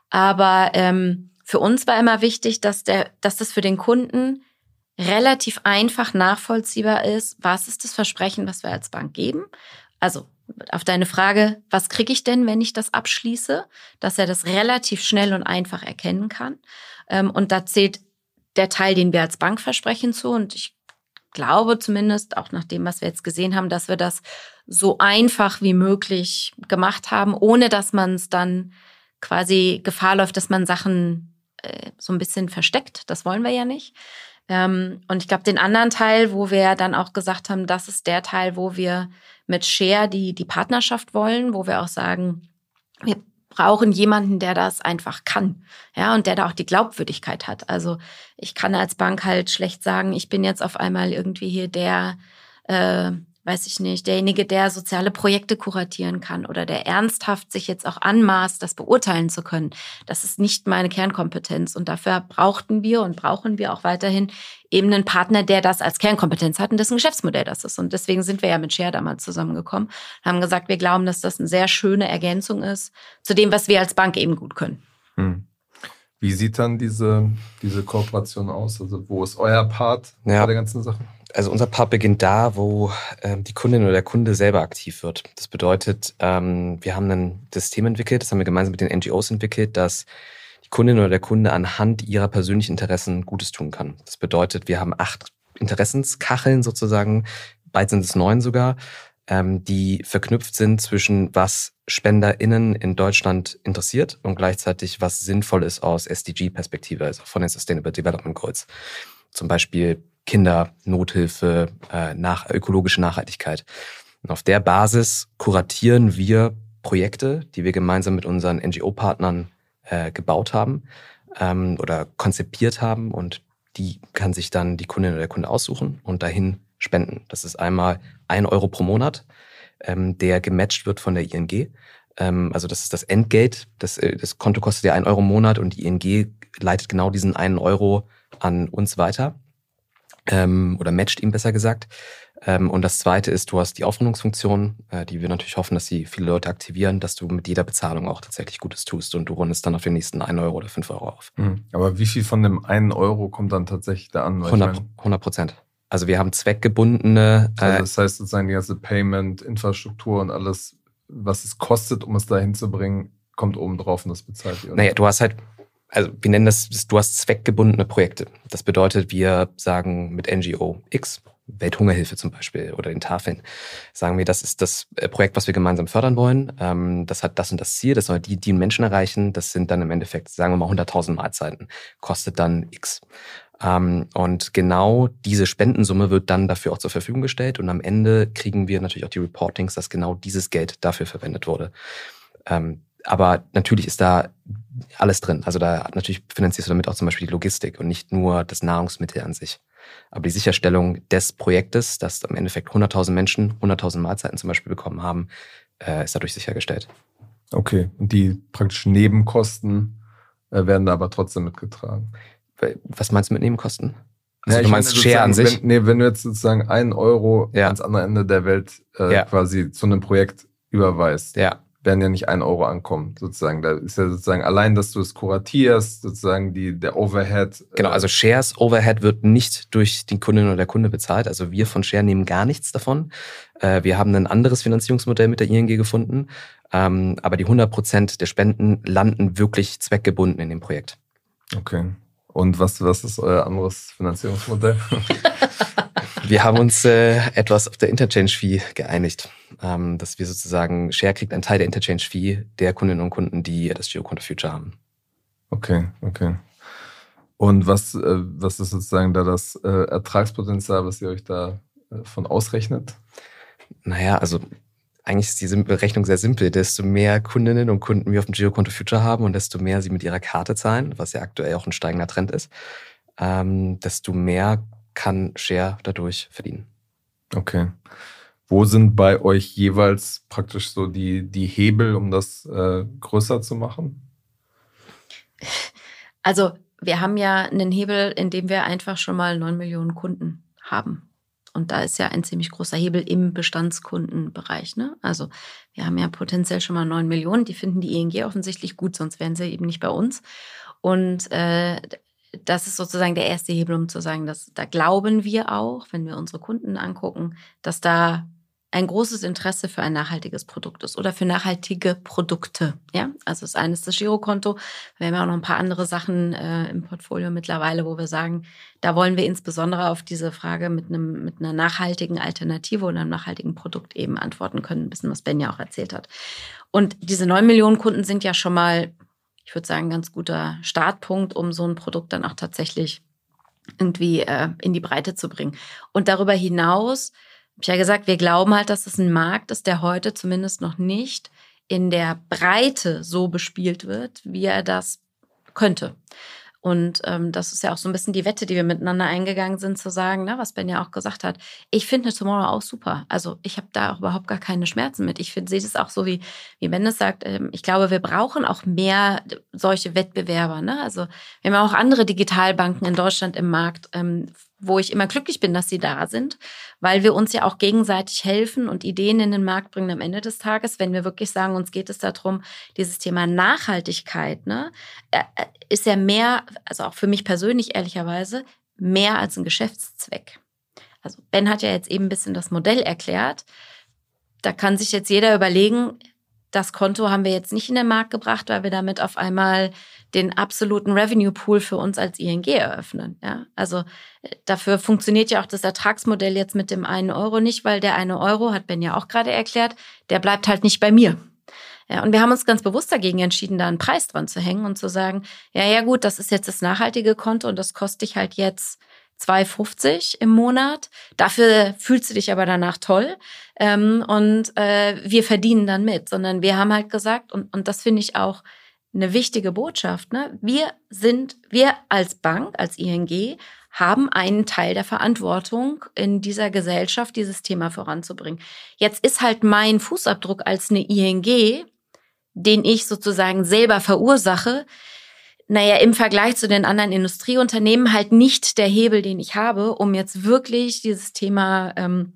Aber ähm, für uns war immer wichtig, dass der, dass das für den Kunden relativ einfach nachvollziehbar ist, was ist das Versprechen, was wir als Bank geben. Also auf deine Frage, was kriege ich denn, wenn ich das abschließe, dass er das relativ schnell und einfach erkennen kann. Und da zählt der Teil, den wir als Bank versprechen, zu. Und ich glaube zumindest, auch nach dem, was wir jetzt gesehen haben, dass wir das so einfach wie möglich gemacht haben, ohne dass man es dann quasi Gefahr läuft, dass man Sachen äh, so ein bisschen versteckt. Das wollen wir ja nicht. Ähm, und ich glaube, den anderen Teil, wo wir dann auch gesagt haben, das ist der Teil, wo wir mit Share die, die Partnerschaft wollen, wo wir auch sagen, wir brauchen jemanden, der das einfach kann, ja, und der da auch die Glaubwürdigkeit hat. Also ich kann als Bank halt schlecht sagen, ich bin jetzt auf einmal irgendwie hier der, äh, weiß ich nicht, derjenige, der soziale Projekte kuratieren kann oder der ernsthaft sich jetzt auch anmaßt, das beurteilen zu können. Das ist nicht meine Kernkompetenz. Und dafür brauchten wir und brauchen wir auch weiterhin eben einen Partner, der das als Kernkompetenz hat und dessen Geschäftsmodell das ist. Und deswegen sind wir ja mit Share damals zusammengekommen und haben gesagt, wir glauben, dass das eine sehr schöne Ergänzung ist zu dem, was wir als Bank eben gut können. Hm. Wie sieht dann diese, diese Kooperation aus? Also wo ist euer Part ja. bei der ganzen Sache? Also unser Part beginnt da, wo ähm, die Kundin oder der Kunde selber aktiv wird. Das bedeutet, ähm, wir haben ein System entwickelt, das haben wir gemeinsam mit den N G Os entwickelt, dass die Kundin oder der Kunde anhand ihrer persönlichen Interessen Gutes tun kann. Das bedeutet, wir haben acht Interessenskacheln sozusagen, bald sind es neun sogar, ähm, die verknüpft sind zwischen was SpenderInnen in Deutschland interessiert und gleichzeitig was sinnvoll ist aus S D G-Perspektive, also von den Sustainable Development Goals. Zum Beispiel Kinder, Nothilfe, äh, nach, ökologische Nachhaltigkeit. Und auf der Basis kuratieren wir Projekte, die wir gemeinsam mit unseren N G O-Partnern äh, gebaut haben ähm, oder konzipiert haben. Und die kann sich dann die Kundin oder der Kunde aussuchen und dahin spenden. Das ist einmal ein Euro pro Monat, ähm, der gematcht wird von der I N G. Ähm, also das ist das Entgelt. Das, das Konto kostet ja ein Euro im Monat und die I N G leitet genau diesen einen Euro an uns weiter. Ähm, oder matcht ihm besser gesagt. Ähm, und das Zweite ist, du hast die Aufrundungsfunktion, äh, die wir natürlich hoffen, dass sie viele Leute aktivieren, dass du mit jeder Bezahlung auch tatsächlich Gutes tust und du rundest dann auf den nächsten einen Euro oder fünf Euro auf. Mhm. Aber wie viel von dem einen Euro kommt dann tatsächlich da an? hundert Prozent. Also wir haben zweckgebundene... Äh, also das heißt sozusagen die ganze Payment, Infrastruktur und alles, was es kostet, um es da hinzubringen, kommt oben drauf und das bezahlt ihr. Naja, du hast halt... Also wir nennen das, du hast zweckgebundene Projekte. Das bedeutet, wir sagen mit N G O X, Welthungerhilfe zum Beispiel oder den Tafeln, sagen wir, das ist das Projekt, was wir gemeinsam fördern wollen. Ähm, das hat das und das Ziel, das soll die, die Menschen erreichen. Das sind dann im Endeffekt, sagen wir mal, hunderttausend Mahlzeiten. Kostet dann X. Ähm, und genau diese Spendensumme wird dann dafür auch zur Verfügung gestellt. Und am Ende kriegen wir natürlich auch die Reportings, dass genau dieses Geld dafür verwendet wurde. Ähm, aber natürlich ist da alles drin. Also da natürlich finanzierst du damit auch zum Beispiel die Logistik und nicht nur das Nahrungsmittel an sich. Aber die Sicherstellung des Projektes, dass im Endeffekt hunderttausend Menschen hunderttausend Mahlzeiten zum Beispiel bekommen haben, äh, ist dadurch sichergestellt. Okay, und die praktischen Nebenkosten äh, werden da aber trotzdem mitgetragen. Was meinst du mit Nebenkosten? Also ja, du meinst Share an sich? Wenn, nee, wenn du jetzt sozusagen einen Euro ja. ans andere Ende der Welt äh, ja. quasi zu einem Projekt überweist, ja. werden ja nicht ein Euro ankommen, sozusagen. Da ist ja sozusagen allein, dass du es kuratierst, sozusagen die, der Overhead. Genau, also Shares Overhead wird nicht durch die Kundin oder der Kunde bezahlt. Also wir von Share nehmen gar nichts davon. Äh, wir haben ein anderes Finanzierungsmodell mit der I N G gefunden. Ähm, aber die hundert Prozent der Spenden landen wirklich zweckgebunden in dem Projekt. Okay. Und was, was ist euer anderes Finanzierungsmodell? Wir haben uns äh, etwas auf der Interchange-Fee geeinigt, ähm, dass wir sozusagen, Share kriegt einen Teil der Interchange-Fee der Kundinnen und Kunden, die das Girokonto Future haben. Okay, okay. Und was, äh, was ist sozusagen da das äh, Ertragspotenzial, was ihr euch da äh, von ausrechnet? Naja, also eigentlich ist die Rechnung sehr simpel. Desto mehr Kundinnen und Kunden wir auf dem Girokonto Future haben und desto mehr sie mit ihrer Karte zahlen, was ja aktuell auch ein steigender Trend ist, ähm, desto mehr kann Share dadurch verdienen. Okay. Wo sind bei euch jeweils praktisch so die, die Hebel, um das äh, größer zu machen? Also wir haben ja einen Hebel, in dem wir einfach schon mal neun Millionen Kunden haben. Und da ist ja ein ziemlich großer Hebel im Bestandskundenbereich. Ne? Also wir haben ja potenziell schon mal neun Millionen. Die finden die I N G offensichtlich gut, sonst wären sie eben nicht bei uns. Und äh, das ist sozusagen der erste Hebel, um zu sagen, dass da glauben wir auch, wenn wir unsere Kunden angucken, dass da ein großes Interesse für ein nachhaltiges Produkt ist oder für nachhaltige Produkte. Ja, also das eine ist das Girokonto. Wir haben ja auch noch ein paar andere Sachen äh, im Portfolio mittlerweile, wo wir sagen, da wollen wir insbesondere auf diese Frage mit einem mit einer nachhaltigen Alternative oder einem nachhaltigen Produkt eben antworten können. Ein bisschen, was Ben ja auch erzählt hat. Und diese neun Millionen Kunden sind ja schon mal, ich würde sagen, ein ganz guter Startpunkt, um so ein Produkt dann auch tatsächlich irgendwie äh, in die Breite zu bringen. Und darüber hinaus habe ich ja gesagt, wir glauben halt, dass es ein Markt ist, der heute zumindest noch nicht in der Breite so bespielt wird, wie er das könnte. Und ähm, das ist ja auch so ein bisschen die Wette, die wir miteinander eingegangen sind, zu sagen, ne, was Ben ja auch gesagt hat. Ich finde Tomorrow auch super. Also ich habe da auch überhaupt gar keine Schmerzen mit. Ich sehe das auch so, wie, wie Ben es sagt. Ähm, ich glaube, wir brauchen auch mehr solche Wettbewerber. Ne? Also wir haben ja auch andere Digitalbanken in Deutschland im Markt, ähm, wo ich immer glücklich bin, dass sie da sind, weil wir uns ja auch gegenseitig helfen und Ideen in den Markt bringen am Ende des Tages. Wenn wir wirklich sagen, uns geht es darum, dieses Thema Nachhaltigkeit, ne, ist ja mehr, also auch für mich persönlich ehrlicherweise, mehr als ein Geschäftszweck. Also Ben hat ja jetzt eben ein bisschen das Modell erklärt. Da kann sich jetzt jeder überlegen, das Konto haben wir jetzt nicht in den Markt gebracht, weil wir damit auf einmal den absoluten Revenue Pool für uns als I N G eröffnen. Ja? Also dafür funktioniert ja auch das Ertragsmodell jetzt mit dem einen Euro nicht, weil der eine Euro, hat Ben ja auch gerade erklärt, der bleibt halt nicht bei mir. Ja, und wir haben uns ganz bewusst dagegen entschieden, da einen Preis dran zu hängen und zu sagen, ja, ja gut, das ist jetzt das nachhaltige Konto und das kostet dich halt jetzt zwei Euro fünfzig im Monat. Dafür fühlst du dich aber danach toll. Ähm, und äh, wir verdienen dann mit. Sondern wir haben halt gesagt, und, und das finde ich auch eine wichtige Botschaft, ne? Wir sind, wir als Bank, als I N G, haben einen Teil der Verantwortung in dieser Gesellschaft, dieses Thema voranzubringen. Jetzt ist halt mein Fußabdruck als eine I N G, den ich sozusagen selber verursache, naja, im Vergleich zu den anderen Industrieunternehmen halt nicht der Hebel, den ich habe, um jetzt wirklich dieses Thema ähm,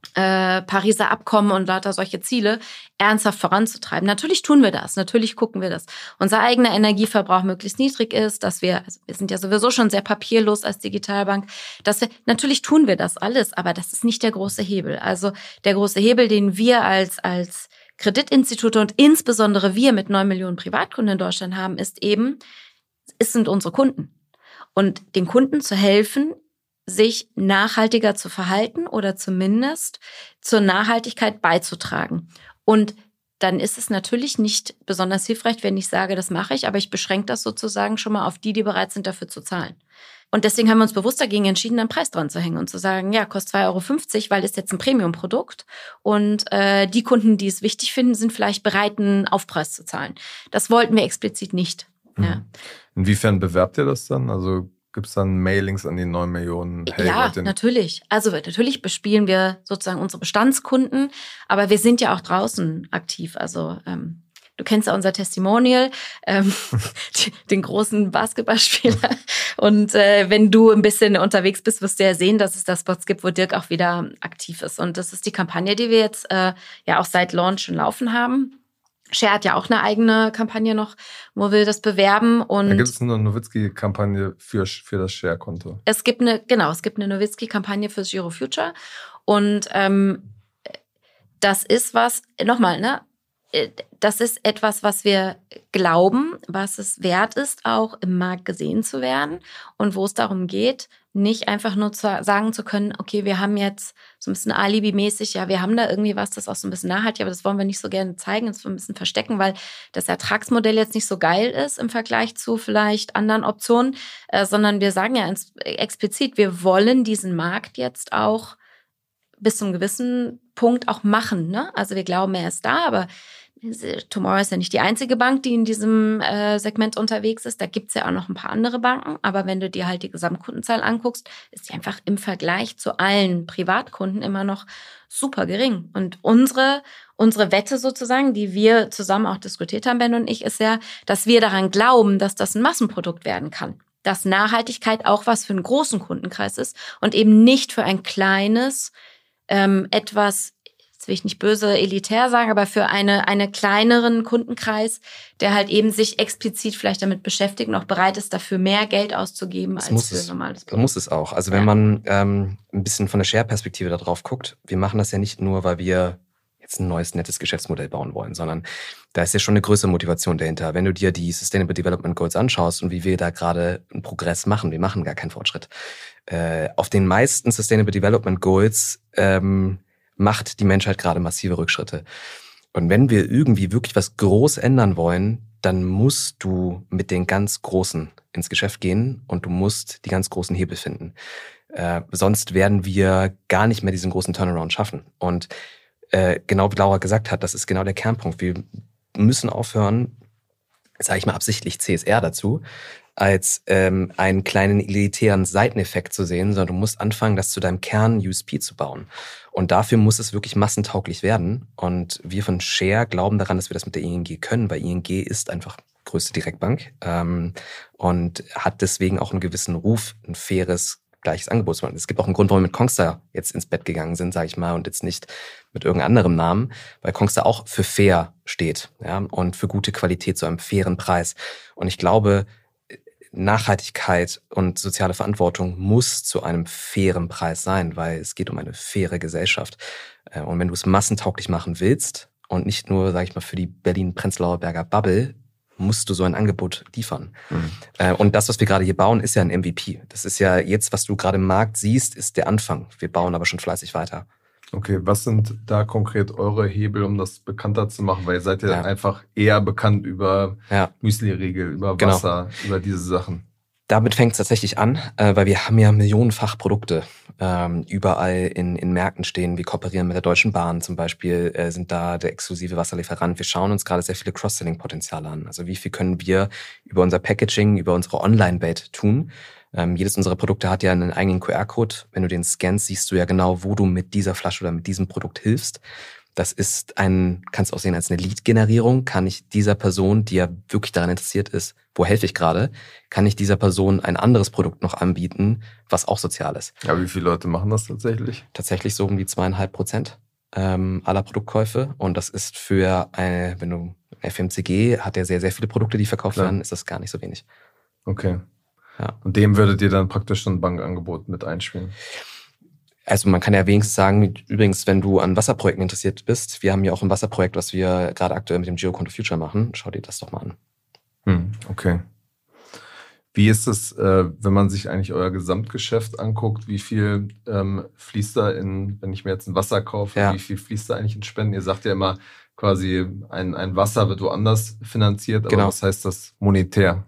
äh, Pariser Abkommen und lauter solche Ziele ernsthaft voranzutreiben. Natürlich tun wir das, natürlich gucken wir das. Unser eigener Energieverbrauch möglichst niedrig ist, dass wir, also wir sind ja sowieso schon sehr papierlos als Digitalbank, dass wir, natürlich tun wir das alles, aber das ist nicht der große Hebel. Also der große Hebel, den wir als, als Kreditinstitute und insbesondere wir mit neun Millionen Privatkunden in Deutschland haben, ist eben, es sind unsere Kunden. Und den Kunden zu helfen, sich nachhaltiger zu verhalten oder zumindest zur Nachhaltigkeit beizutragen. Und dann ist es natürlich nicht besonders hilfreich, wenn ich sage, das mache ich, aber ich beschränke das sozusagen schon mal auf die, die bereit sind, dafür zu zahlen. Und deswegen haben wir uns bewusst dagegen entschieden, einen Preis dran zu hängen und zu sagen, ja, kostet zwei Euro fünfzig, weil es jetzt ein Premium-Produkt. Und äh, die Kunden, die es wichtig finden, sind vielleicht bereit, einen Aufpreis zu zahlen. Das wollten wir explizit nicht. Mhm. Ja. Inwiefern bewerbt ihr das dann? Also gibt es dann Mailings an die neun Millionen? Hey, ja, Leute, natürlich. Also natürlich bespielen wir sozusagen unsere Bestandskunden, aber wir sind ja auch draußen aktiv. Also ähm, du kennst ja unser Testimonial, ähm, den großen Basketballspieler. Und äh, wenn du ein bisschen unterwegs bist, wirst du ja sehen, dass es da Spots gibt, wo Dirk auch wieder aktiv ist. Und das ist die Kampagne, die wir jetzt äh, ja auch seit Launch schon laufen haben. Share hat ja auch eine eigene Kampagne noch, wo wir das bewerben. Und da gibt es eine Nowitzki-Kampagne für, für das Share-Konto. Es gibt eine, genau, es gibt eine Nowitzki-Kampagne fürs Giro Future. Und ähm, das ist was, nochmal, ne? Das ist etwas, was wir glauben, was es wert ist, auch im Markt gesehen zu werden und wo es darum geht, nicht einfach nur zu sagen zu können, okay, wir haben jetzt so ein bisschen alibimäßig, ja, wir haben da irgendwie was, das auch so ein bisschen nachhaltig, aber das wollen wir nicht so gerne zeigen, das wollen wir ein bisschen verstecken, weil das Ertragsmodell jetzt nicht so geil ist im Vergleich zu vielleicht anderen Optionen, äh, sondern wir sagen ja explizit, wir wollen diesen Markt jetzt auch bis zum gewissen Punkt auch machen, ne? Also wir glauben, er ist da, aber Tomorrow ist ja nicht die einzige Bank, die in diesem äh, Segment unterwegs ist. Da gibt's ja auch noch ein paar andere Banken. Aber wenn du dir halt die Gesamtkundenzahl anguckst, ist die einfach im Vergleich zu allen Privatkunden immer noch super gering. Und unsere, unsere Wette sozusagen, die wir zusammen auch diskutiert haben, Ben und ich, ist ja, dass wir daran glauben, dass das ein Massenprodukt werden kann. Dass Nachhaltigkeit auch was für einen großen Kundenkreis ist und eben nicht für ein kleines, ähm, etwas, will ich nicht böse elitär sagen, aber für eine, eine kleineren Kundenkreis, der halt eben sich explizit vielleicht damit beschäftigt und auch bereit ist, dafür mehr Geld auszugeben das als muss für es. ein normales Produkt. Das muss es auch. Also wenn ja. man ähm, ein bisschen von der Share-Perspektive da drauf guckt, wir machen das ja nicht nur, weil wir jetzt ein neues, nettes Geschäftsmodell bauen wollen, sondern da ist ja schon eine größere Motivation dahinter. Wenn du dir die Sustainable Development Goals anschaust und wie wir da gerade einen Progress machen, wir machen gar keinen Fortschritt. Äh, auf den meisten Sustainable Development Goals ähm, macht die Menschheit gerade massive Rückschritte. Und wenn wir irgendwie wirklich was groß ändern wollen, dann musst du mit den ganz Großen ins Geschäft gehen und du musst die ganz großen Hebel finden. Äh, sonst werden wir gar nicht mehr diesen großen Turnaround schaffen. Und äh, genau wie Laura gesagt hat, das ist genau der Kernpunkt. Wir müssen aufhören, sage ich mal absichtlich C S R dazu, als ähm, einen kleinen elitären Seiteneffekt zu sehen, sondern du musst anfangen, das zu deinem Kern-U S P zu bauen. Und dafür muss es wirklich massentauglich werden. Und wir von Share glauben daran, dass wir das mit der I N G können, weil I N G ist einfach größte Direktbank ähm, und hat deswegen auch einen gewissen Ruf, ein faires, gleiches Angebot zu machen. Es gibt auch einen Grund, warum wir mit Kongstar jetzt ins Bett gegangen sind, sage ich mal, und jetzt nicht mit irgendeinem anderen Namen, weil Kongstar auch für fair steht, ja, und für gute Qualität zu einem fairen Preis. Und ich glaube, Nachhaltigkeit und soziale Verantwortung muss zu einem fairen Preis sein, weil es geht um eine faire Gesellschaft. Und wenn du es massentauglich machen willst und nicht nur, sage ich mal, für die Berlin-Prenzlauer Berger Bubble, musst du so ein Angebot liefern. Mhm. Und das, was wir gerade hier bauen, ist ja ein M V P. Das ist ja jetzt, was du gerade im Markt siehst, ist der Anfang. Wir bauen aber schon fleißig weiter. Okay, was sind da konkret eure Hebel, um das bekannter zu machen? Weil ihr seid ja, ja. einfach eher bekannt über ja. Müsli-Riegel, über Wasser, genau. über diese Sachen. Damit fängt es tatsächlich an, äh, weil wir haben ja millionenfach Produkte ähm, überall in, in Märkten stehen. Wir kooperieren mit der Deutschen Bahn zum Beispiel, äh, sind da der exklusive Wasserlieferant. Wir schauen uns gerade sehr viele Cross-Selling-Potenziale an. Also wie viel können wir über unser Packaging, über unsere Online-Welt tun? Ähm, jedes unserer Produkte hat ja einen eigenen Q R-Code. Wenn du den scannst, siehst du ja genau, wo du mit dieser Flasche oder mit diesem Produkt hilfst. Das ist ein, kannst du auch sehen als eine Lead-Generierung. Kann ich dieser Person, die ja wirklich daran interessiert ist, wo helfe ich gerade, kann ich dieser Person ein anderes Produkt noch anbieten, was auch sozial ist. Ja, wie viele Leute machen das tatsächlich? Tatsächlich so um die zweieinhalb Prozent ähm, aller Produktkäufe. Und das ist für eine, wenn du F M C G hat ja sehr, sehr viele Produkte, die verkauft werden, ist das gar nicht so wenig. Okay. Ja. Und dem würdet ihr dann praktisch ein Bankangebot mit einspielen? Also man kann ja wenigstens sagen, übrigens, wenn du an Wasserprojekten interessiert bist, wir haben ja auch ein Wasserprojekt, was wir gerade aktuell mit dem Giro Conto Future machen. Schau dir das doch mal an. Hm, okay. Wie ist es, äh, wenn man sich eigentlich euer Gesamtgeschäft anguckt? Wie viel ähm, fließt da in, wenn ich mir jetzt ein Wasser kaufe, Ja. wie viel fließt da eigentlich in Spenden? Ihr sagt ja immer, quasi ein, ein Wasser wird woanders finanziert, aber Genau. was heißt das monetär?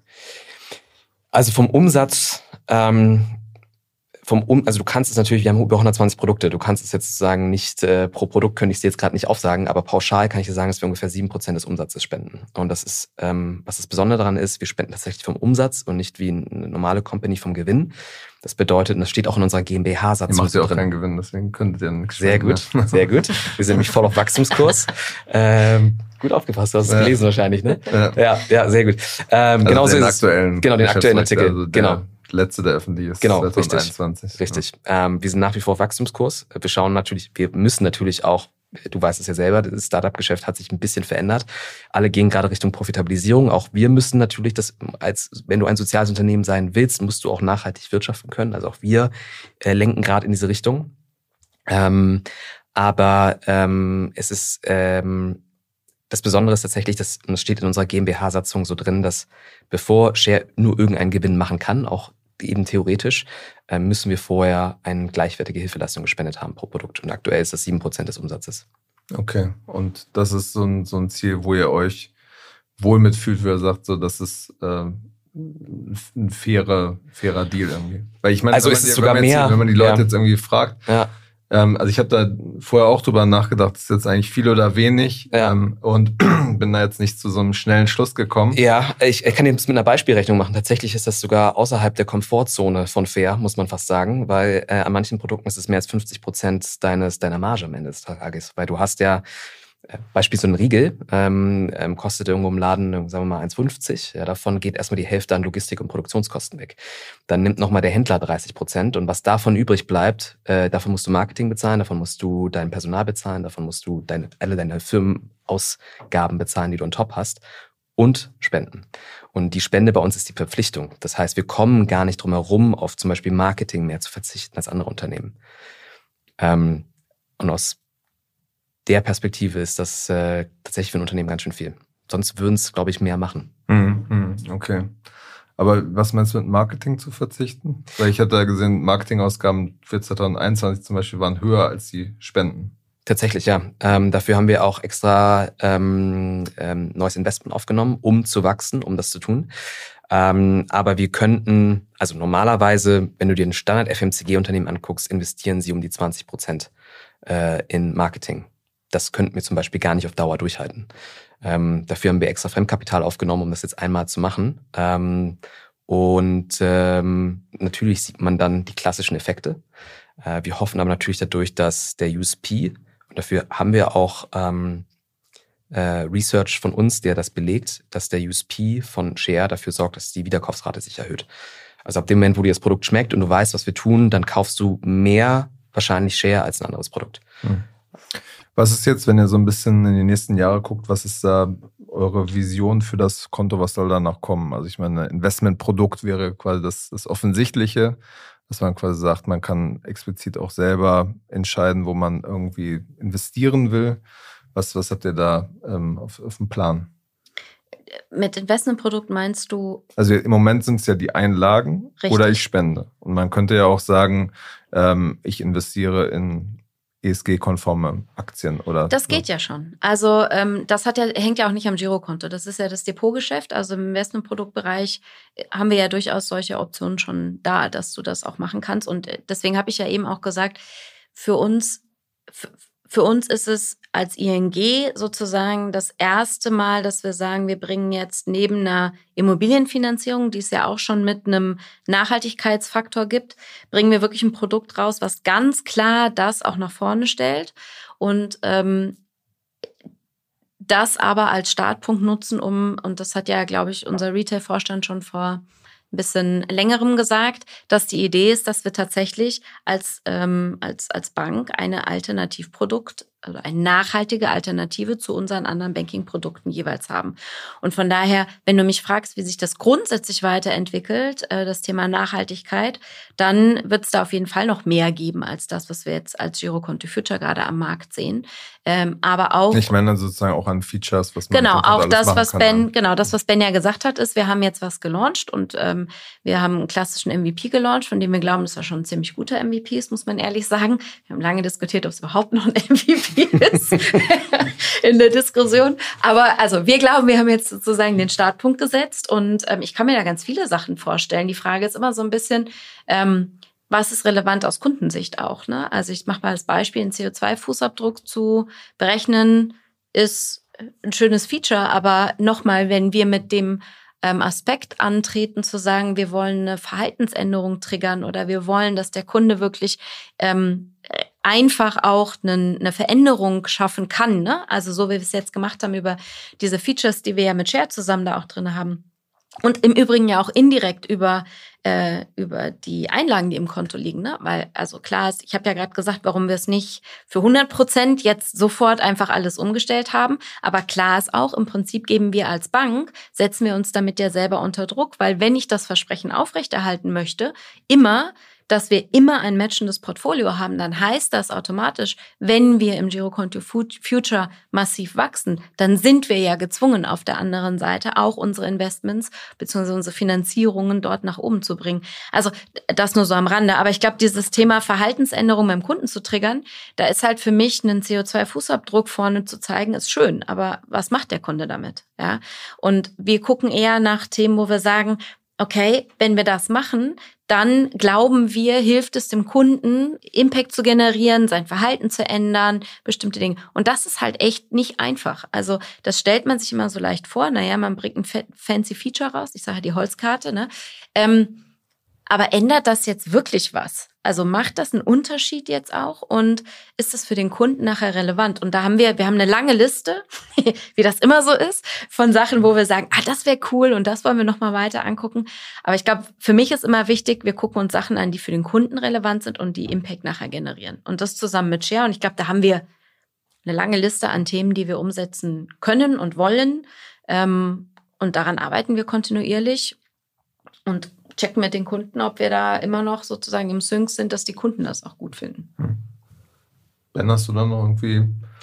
Also vom Umsatz, ähm, vom um, also du kannst es natürlich, wir haben über hundertzwanzig Produkte, du kannst es jetzt sozusagen nicht, äh, pro Produkt könnte ich es dir jetzt gerade nicht aufsagen, aber pauschal kann ich dir sagen, dass wir ungefähr sieben Prozent des Umsatzes spenden. Und das ist, ähm, was das Besondere daran ist, wir spenden tatsächlich vom Umsatz und nicht wie eine normale Company vom Gewinn. Das bedeutet, und das steht auch in unserer GmbH-Satzung Ihr macht ja auch drin. keinen Gewinn, deswegen könntet ihr nichts Sehr spenden, gut, ne? sehr gut. Wir sind nämlich voll auf Wachstumskurs. ähm, gut aufgepasst, du hast es Ja. gelesen wahrscheinlich, ne? Ja. Ja, ja, sehr gut. Ähm, Also genau so den ist es. aktuellen Genau, den aktuellen Geschäftsbericht, Artikel. also der Genau. letzte, der öffentlich ist, Genau, zwanzig einundzwanzig. Richtig. Ähm, wir sind nach wie vor auf Wachstumskurs. Wir schauen natürlich, wir müssen natürlich auch, du weißt es ja selber, das Startup-Geschäft hat sich ein bisschen verändert. Alle gehen gerade Richtung Profitabilisierung. Auch wir müssen natürlich das, als wenn du ein soziales Unternehmen sein willst, musst du auch nachhaltig wirtschaften können. Also auch wir äh, lenken gerade in diese Richtung. Ähm, aber ähm, es ist ähm, das Besondere ist tatsächlich, dass, und das steht in unserer GmbH-Satzung so drin, dass bevor Share nur irgendeinen Gewinn machen kann, auch eben theoretisch, äh, müssen wir vorher eine gleichwertige Hilfeleistung gespendet haben pro Produkt. Und aktuell ist das sieben Prozent des Umsatzes. Okay, und das ist so ein, so ein Ziel, wo ihr euch wohl mitfühlt, wo ihr sagt, so, das ist äh, ein fairer, fairer Deal irgendwie. Weil ich meine, Also wenn ist man es die, sogar wenn man jetzt, mehr, wenn man die Leute ja. jetzt irgendwie fragt, Ja. ähm, also ich habe da vorher auch drüber nachgedacht, ist jetzt eigentlich viel oder wenig, Ja. ähm, und bin da jetzt nicht zu so einem schnellen Schluss gekommen. Ja, ich, ich kann dir das mit einer Beispielrechnung machen. Tatsächlich ist das sogar außerhalb der Komfortzone von fair, muss man fast sagen, weil äh, an manchen Produkten ist es mehr als fünfzig Prozent deines deiner Marge am Ende des Tages, weil du hast ja Beispiel so ein Riegel, ähm, ähm, kostet irgendwo im Laden, sagen wir mal, eins fünfzig. Ja, davon geht erstmal die Hälfte an Logistik- und Produktionskosten weg. Dann nimmt nochmal der Händler dreißig Prozent und was davon übrig bleibt, äh, davon musst du Marketing bezahlen, davon musst du dein Personal bezahlen, davon musst du deine, alle deine Firmenausgaben bezahlen, die du on top hast und spenden. Und die Spende bei uns ist die Verpflichtung. Das heißt, wir kommen gar nicht drum herum, auf zum Beispiel Marketing mehr zu verzichten als andere Unternehmen. Ähm, und aus der Perspektive ist das äh, tatsächlich für ein Unternehmen ganz schön viel. Sonst würden es, glaube ich, mehr machen. Mhm, okay. Aber was meinst du mit Marketing zu verzichten? Weil ich hatte ja gesehen, Marketingausgaben für zwanzig einundzwanzig zum Beispiel waren höher als die Spenden. Tatsächlich, ja. Ähm, dafür haben wir auch extra ähm, ähm, neues Investment aufgenommen, um zu wachsen, um das zu tun. Ähm, aber wir könnten, also normalerweise, wenn du dir ein Standard-F M C G-Unternehmen anguckst, investieren sie um die zwanzig Prozent äh, in Marketing. Das könnten wir zum Beispiel gar nicht auf Dauer durchhalten. Ähm, dafür haben wir extra Fremdkapital aufgenommen, um das jetzt einmal zu machen. Ähm, und ähm, natürlich sieht man dann die klassischen Effekte. Äh, wir hoffen aber natürlich dadurch, dass der U S P, und dafür haben wir auch ähm, äh, Research von uns, der das belegt, dass der U S P von Share dafür sorgt, dass die Wiederkaufsrate sich erhöht. Also ab dem Moment, wo dir das Produkt schmeckt und du weißt, was wir tun, dann kaufst du mehr wahrscheinlich Share als ein anderes Produkt. Hm. Was ist jetzt, wenn ihr so ein bisschen in die nächsten Jahre guckt, was ist da eure Vision für das Konto, was soll danach kommen? Also ich meine, Investmentprodukt wäre quasi das, das Offensichtliche, dass man quasi sagt, man kann explizit auch selber entscheiden, wo man irgendwie investieren will. Was, was habt ihr da ähm, auf, auf dem Plan? Mit Investmentprodukt meinst du? Also im Moment sind es ja die Einlagen. Richtig. Oder ich spende. Und man könnte ja auch sagen, ähm, ich investiere in E S G-konforme Aktien oder. Das geht so. Ja schon. Also ähm, das hat ja, hängt ja auch nicht am Girokonto. Das ist ja das Depotgeschäft. Also im Investmentproduktbereich haben wir ja durchaus solche Optionen schon da, dass du das auch machen kannst. Und deswegen habe ich ja eben auch gesagt, für uns, für, für uns ist es als I N G sozusagen das erste Mal, dass wir sagen, wir bringen jetzt neben einer Immobilienfinanzierung, die es ja auch schon mit einem Nachhaltigkeitsfaktor gibt, bringen wir wirklich ein Produkt raus, was ganz klar das auch nach vorne stellt und ähm, das aber als Startpunkt nutzen, um, und das hat ja, glaube ich, unser Retail-Vorstand schon vor ein bisschen längerem gesagt, dass die Idee ist, dass wir tatsächlich als, ähm, als, als Bank eine Alternativprodukt also eine nachhaltige Alternative zu unseren anderen Banking-Produkten jeweils haben. Und von daher, wenn du mich fragst, wie sich das grundsätzlich weiterentwickelt, das Thema Nachhaltigkeit, dann wird es da auf jeden Fall noch mehr geben als das, was wir jetzt als Girokonto Future gerade am Markt sehen. Ähm, aber auch ich meine sozusagen auch an Features, was man genau auch alles das, machen was kann, Ben dann. genau das, was Ben ja gesagt hat, ist, wir haben jetzt was gelauncht und ähm, wir haben einen klassischen M V P gelauncht, von dem wir glauben, dass er schon ein ziemlich guter M V P ist, muss man ehrlich sagen. Wir haben lange diskutiert, ob es überhaupt noch ein M V P ist in der Diskussion. Aber also wir glauben, wir haben jetzt sozusagen den Startpunkt gesetzt und ähm, ich kann mir da ganz viele Sachen vorstellen. Die Frage ist immer so ein bisschen, ähm, was ist relevant aus Kundensicht auch, ne? Also ich mache mal als Beispiel, einen C O zwei Fußabdruck zu berechnen, ist ein schönes Feature, aber nochmal, wenn wir mit dem ähm, Aspekt antreten, zu sagen, wir wollen eine Verhaltensänderung triggern oder wir wollen, dass der Kunde wirklich ähm, einfach auch eine, eine Veränderung schaffen kann, ne? Also so wie wir es jetzt gemacht haben über diese Features, die wir ja mit Share zusammen da auch drin haben. Und im Übrigen ja auch indirekt über äh, über die Einlagen, die im Konto liegen, ne? Weil also klar ist, ich habe ja gerade gesagt, warum wir es nicht für hundert Prozent jetzt sofort einfach alles umgestellt haben. Aber klar ist auch, im Prinzip geben wir als Bank, setzen wir uns damit ja selber unter Druck, weil wenn ich das Versprechen aufrechterhalten möchte, immer dass wir immer ein matchendes Portfolio haben, dann heißt das automatisch, wenn wir im Girokonto Future massiv wachsen, dann sind wir ja gezwungen, auf der anderen Seite auch unsere Investments bzw. unsere Finanzierungen dort nach oben zu bringen. Also das nur so am Rande. Aber ich glaube, dieses Thema Verhaltensänderung beim Kunden zu triggern, da ist halt für mich einen C O zwei Fußabdruck vorne zu zeigen, ist schön. Aber was macht der Kunde damit? Ja. Und wir gucken eher nach Themen, wo wir sagen, okay, wenn wir das machen, dann glauben wir, hilft es dem Kunden, Impact zu generieren, sein Verhalten zu ändern, bestimmte Dinge. Und das ist halt echt nicht einfach. Also das stellt man sich immer so leicht vor. Naja, man bringt ein fancy Feature raus. Ich sage die Holzkarte, ne? Ähm, aber ändert das jetzt wirklich was? Also macht das einen Unterschied jetzt auch? Und ist das für den Kunden nachher relevant? Und da haben wir, wir haben eine lange Liste, wie das immer so ist, von Sachen, wo wir sagen, ah, das wäre cool und das wollen wir nochmal weiter angucken. Aber ich glaube, für mich ist immer wichtig, wir gucken uns Sachen an, die für den Kunden relevant sind und die Impact nachher generieren. Und das zusammen mit Share. Und ich glaube, da haben wir eine lange Liste an Themen, die wir umsetzen können und wollen. Und daran arbeiten wir kontinuierlich und checken mit den Kunden, ob wir da immer noch sozusagen im Sync sind, dass die Kunden das auch gut finden. Ben, hast du dann noch irgendwie...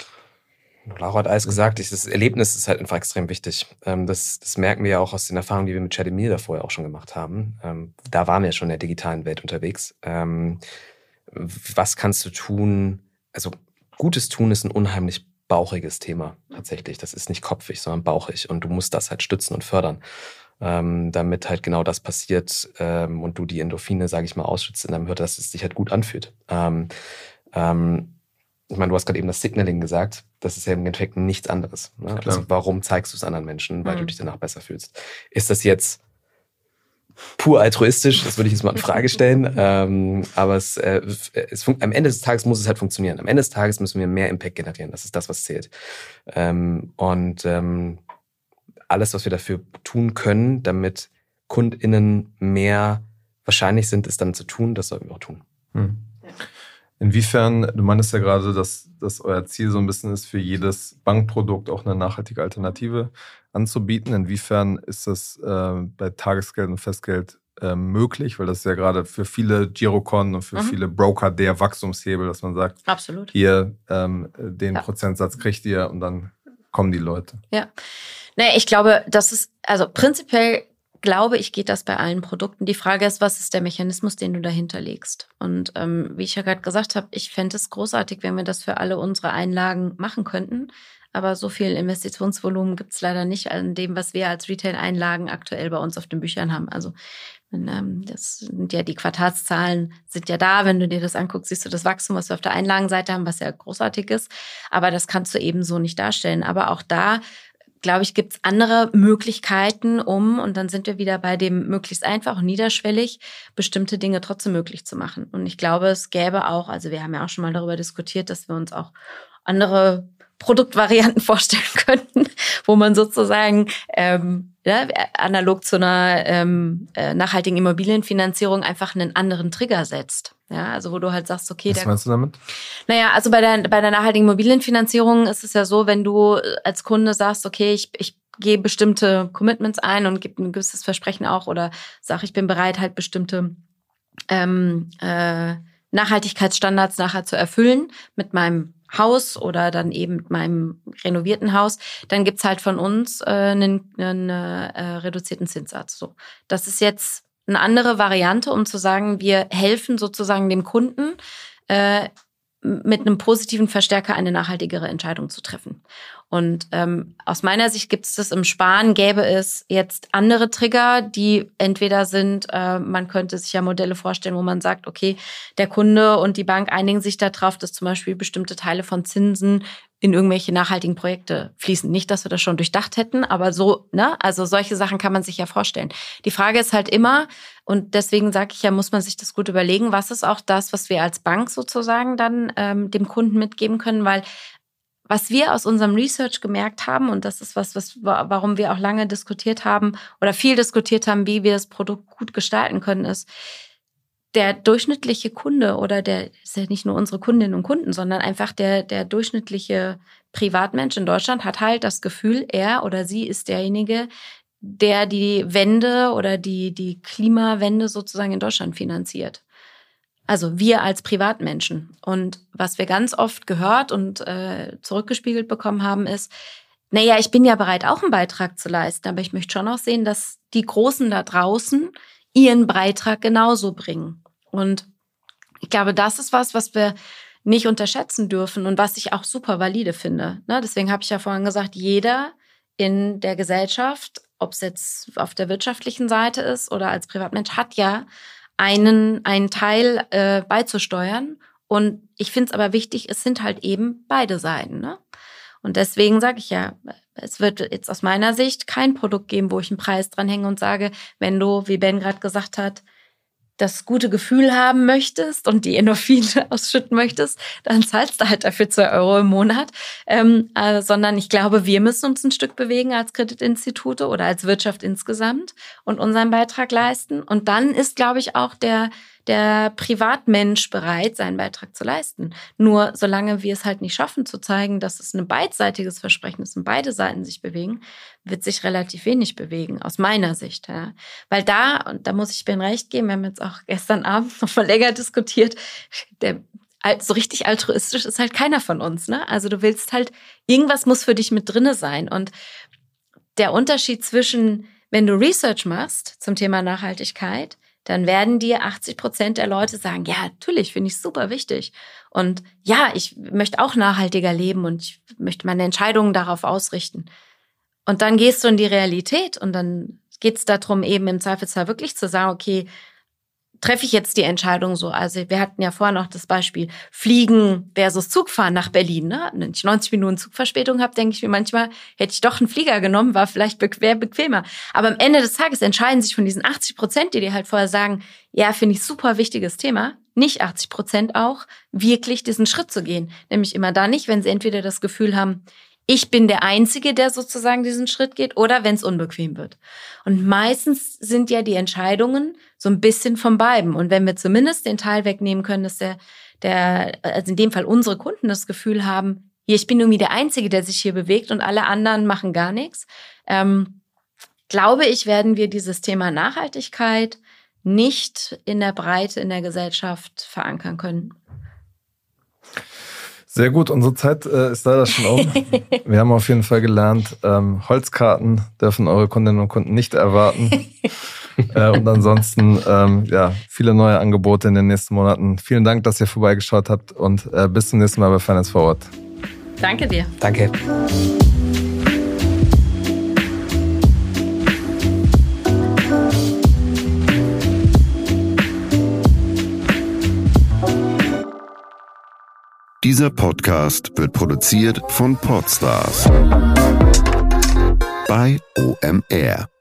Laura hat alles gesagt. Das Erlebnis ist halt einfach extrem wichtig. Das, das merken wir ja auch aus den Erfahrungen, die wir mit Shademir da vorher auch schon gemacht haben. Da waren wir ja schon in der digitalen Welt unterwegs. Was kannst du tun? Also Gutes tun ist ein unheimlich bauchiges Thema tatsächlich. Das ist nicht kopfig, sondern bauchig. Und du musst das halt stützen und fördern. Ähm, damit halt genau das passiert ähm, und du die Endorphine, sage ich mal, ausschützt in deinem Hirn, dass es sich halt gut anfühlt. Ähm, ähm, ich meine, du hast gerade eben das Signaling gesagt, das ist ja im Endeffekt nichts anderes. Ne? Also warum zeigst du es anderen Menschen? Weil mhm. du dich danach besser fühlst. Ist das jetzt pur altruistisch? Das würde ich jetzt mal in Frage stellen. ähm, aber es, äh, es am Ende des Tages muss es halt funktionieren. Am Ende des Tages müssen wir mehr Impact generieren. Das ist das, was zählt. Ähm, und ähm, alles, was wir dafür tun können, damit KundInnen mehr wahrscheinlich sind, es dann zu tun, das sollten wir auch tun. Hm. Inwiefern, du meintest ja gerade, dass, dass euer Ziel so ein bisschen ist, für jedes Bankprodukt auch eine nachhaltige Alternative anzubieten. Inwiefern ist das äh, bei Tagesgeld und Festgeld äh, möglich? Weil das ist ja gerade für viele Girokonten und für mhm. viele Broker der Wachstumshebel, dass man sagt, absolut. Hier ähm, den ja. Prozentsatz kriegt ihr und dann kommen die Leute. Ja. Nee, ich glaube, das ist, also prinzipiell glaube ich, geht das bei allen Produkten. Die Frage ist, was ist der Mechanismus, den du dahinter legst? Und ähm, wie ich ja gerade gesagt habe, ich fände es großartig, wenn wir das für alle unsere Einlagen machen könnten. Aber so viel Investitionsvolumen gibt es leider nicht an dem, was wir als Retail-Einlagen aktuell bei uns auf den Büchern haben. Also ähm, das sind ja die Quartalszahlen sind ja da. Wenn du dir das anguckst, siehst du das Wachstum, was wir auf der Einlagenseite haben, was ja großartig ist. Aber das kannst du eben so nicht darstellen. Aber auch da glaube ich, gibt es andere Möglichkeiten, um, und dann sind wir wieder bei dem möglichst einfach und niederschwellig, bestimmte Dinge trotzdem möglich zu machen. Und ich glaube, es gäbe auch, also wir haben ja auch schon mal darüber diskutiert, dass wir uns auch andere Produktvarianten vorstellen könnten, wo man sozusagen ähm, ja, analog zu einer ähm, äh, nachhaltigen Immobilienfinanzierung einfach einen anderen Trigger setzt. Ja, also wo du halt sagst, okay. Was meinst du damit? Naja, also bei der, bei der nachhaltigen Immobilienfinanzierung ist es ja so, wenn du als Kunde sagst, okay, ich, ich gehe bestimmte Commitments ein und gebe ein gewisses Versprechen auch oder sage, ich bin bereit, halt bestimmte ähm, äh, Nachhaltigkeitsstandards nachher zu erfüllen mit meinem Haus oder dann eben mit meinem renovierten Haus, dann gibt's halt von uns äh, einen, einen äh, reduzierten Zinssatz. So, das ist jetzt eine andere Variante, um zu sagen, wir helfen sozusagen dem Kunden, äh, mit einem positiven Verstärker eine nachhaltigere Entscheidung zu treffen. Und ähm, aus meiner Sicht gibt es das im Sparen, gäbe es jetzt andere Trigger, die entweder sind, äh, man könnte sich ja Modelle vorstellen, wo man sagt, okay, der Kunde und die Bank einigen sich darauf, dass zum Beispiel bestimmte Teile von Zinsen in irgendwelche nachhaltigen Projekte fließen. Nicht, dass wir das schon durchdacht hätten, aber so, ne? Also solche Sachen kann man sich ja vorstellen. Die Frage ist halt immer, und deswegen sage ich ja, muss man sich das gut überlegen, was ist auch das, was wir als Bank sozusagen dann ähm, dem Kunden mitgeben können, weil was wir aus unserem Research gemerkt haben, und das ist was, was warum wir auch lange diskutiert haben oder viel diskutiert haben, wie wir das Produkt gut gestalten können, ist, der durchschnittliche Kunde oder der ist ja nicht nur unsere Kundinnen und Kunden, sondern einfach der, der durchschnittliche Privatmensch in Deutschland hat halt das Gefühl, er oder sie ist derjenige, der die Wende oder die, die Klimawende sozusagen in Deutschland finanziert. Also wir als Privatmenschen. Und was wir ganz oft gehört und äh, zurückgespiegelt bekommen haben, ist, naja, ich bin ja bereit, auch einen Beitrag zu leisten, aber ich möchte schon auch sehen, dass die Großen da draußen ihren Beitrag genauso bringen. Und ich glaube, das ist was, was wir nicht unterschätzen dürfen und was ich auch super valide finde. Ne? Deswegen habe ich ja vorhin gesagt, jeder in der Gesellschaft, ob es jetzt auf der wirtschaftlichen Seite ist oder als Privatmensch, hat ja einen, einen Teil äh, beizusteuern. Und ich finde es aber wichtig, es sind halt eben beide Seiten. Ne? Und deswegen sage ich ja, es wird jetzt aus meiner Sicht kein Produkt geben, wo ich einen Preis dran hänge und sage, wenn du, wie Ben gerade gesagt hat, das gute Gefühl haben möchtest und die Endorphine ausschütten möchtest, dann zahlst du halt dafür zwei Euro im Monat. Ähm, äh, sondern ich glaube, wir müssen uns ein Stück bewegen als Kreditinstitute oder als Wirtschaft insgesamt und unseren Beitrag leisten. Und dann ist, glaube ich, auch der der Privatmensch bereit, seinen Beitrag zu leisten. Nur solange wir es halt nicht schaffen, zu zeigen, dass es ein beidseitiges Versprechen ist und beide Seiten sich bewegen, wird sich relativ wenig bewegen, aus meiner Sicht. Ja. Weil da, und da muss ich Ben recht geben, wir haben jetzt auch gestern Abend noch mal länger diskutiert, der so richtig altruistisch ist halt keiner von uns. Ne? Also du willst halt, irgendwas muss für dich mit drinne sein. Und der Unterschied zwischen, wenn du Research machst zum Thema Nachhaltigkeit, dann werden dir achtzig Prozent der Leute sagen, ja, natürlich, finde ich super wichtig. Und ja, ich möchte auch nachhaltiger leben und ich möchte meine Entscheidungen darauf ausrichten. Und dann gehst du in die Realität und dann geht es darum, eben im Zweifelsfall wirklich zu sagen, okay, treffe ich jetzt die Entscheidung so? Also wir hatten ja vorher noch das Beispiel Fliegen versus Zugfahren nach Berlin. Ne? Wenn ich neunzig Minuten Zugverspätung habe, denke ich mir manchmal, hätte ich doch einen Flieger genommen, war vielleicht bequem, bequemer. Aber am Ende des Tages entscheiden sich von diesen achtzig Prozent, die dir halt vorher sagen, ja, finde ich super wichtiges Thema, nicht achtzig Prozent auch, wirklich diesen Schritt zu gehen. Nämlich immer da nicht, wenn sie entweder das Gefühl haben, ich bin der Einzige, der sozusagen diesen Schritt geht, oder wenn es unbequem wird. Und meistens sind ja die Entscheidungen so ein bisschen von beiden. Und wenn wir zumindest den Teil wegnehmen können, dass der, der, also in dem Fall unsere Kunden das Gefühl haben, hier, ich bin irgendwie der Einzige, der sich hier bewegt und alle anderen machen gar nichts, ähm, glaube ich, werden wir dieses Thema Nachhaltigkeit nicht in der Breite in der Gesellschaft verankern können. Sehr gut, unsere Zeit äh, ist leider schon um. Wir haben auf jeden Fall gelernt, ähm, Holzkarten dürfen eure Kundinnen und Kunden nicht erwarten. äh, und ansonsten ähm, ja, viele neue Angebote in den nächsten Monaten. Vielen Dank, dass ihr vorbeigeschaut habt und äh, bis zum nächsten Mal bei Finance Forward. Danke dir. Danke. Dieser Podcast wird produziert von Podstars bei O M R.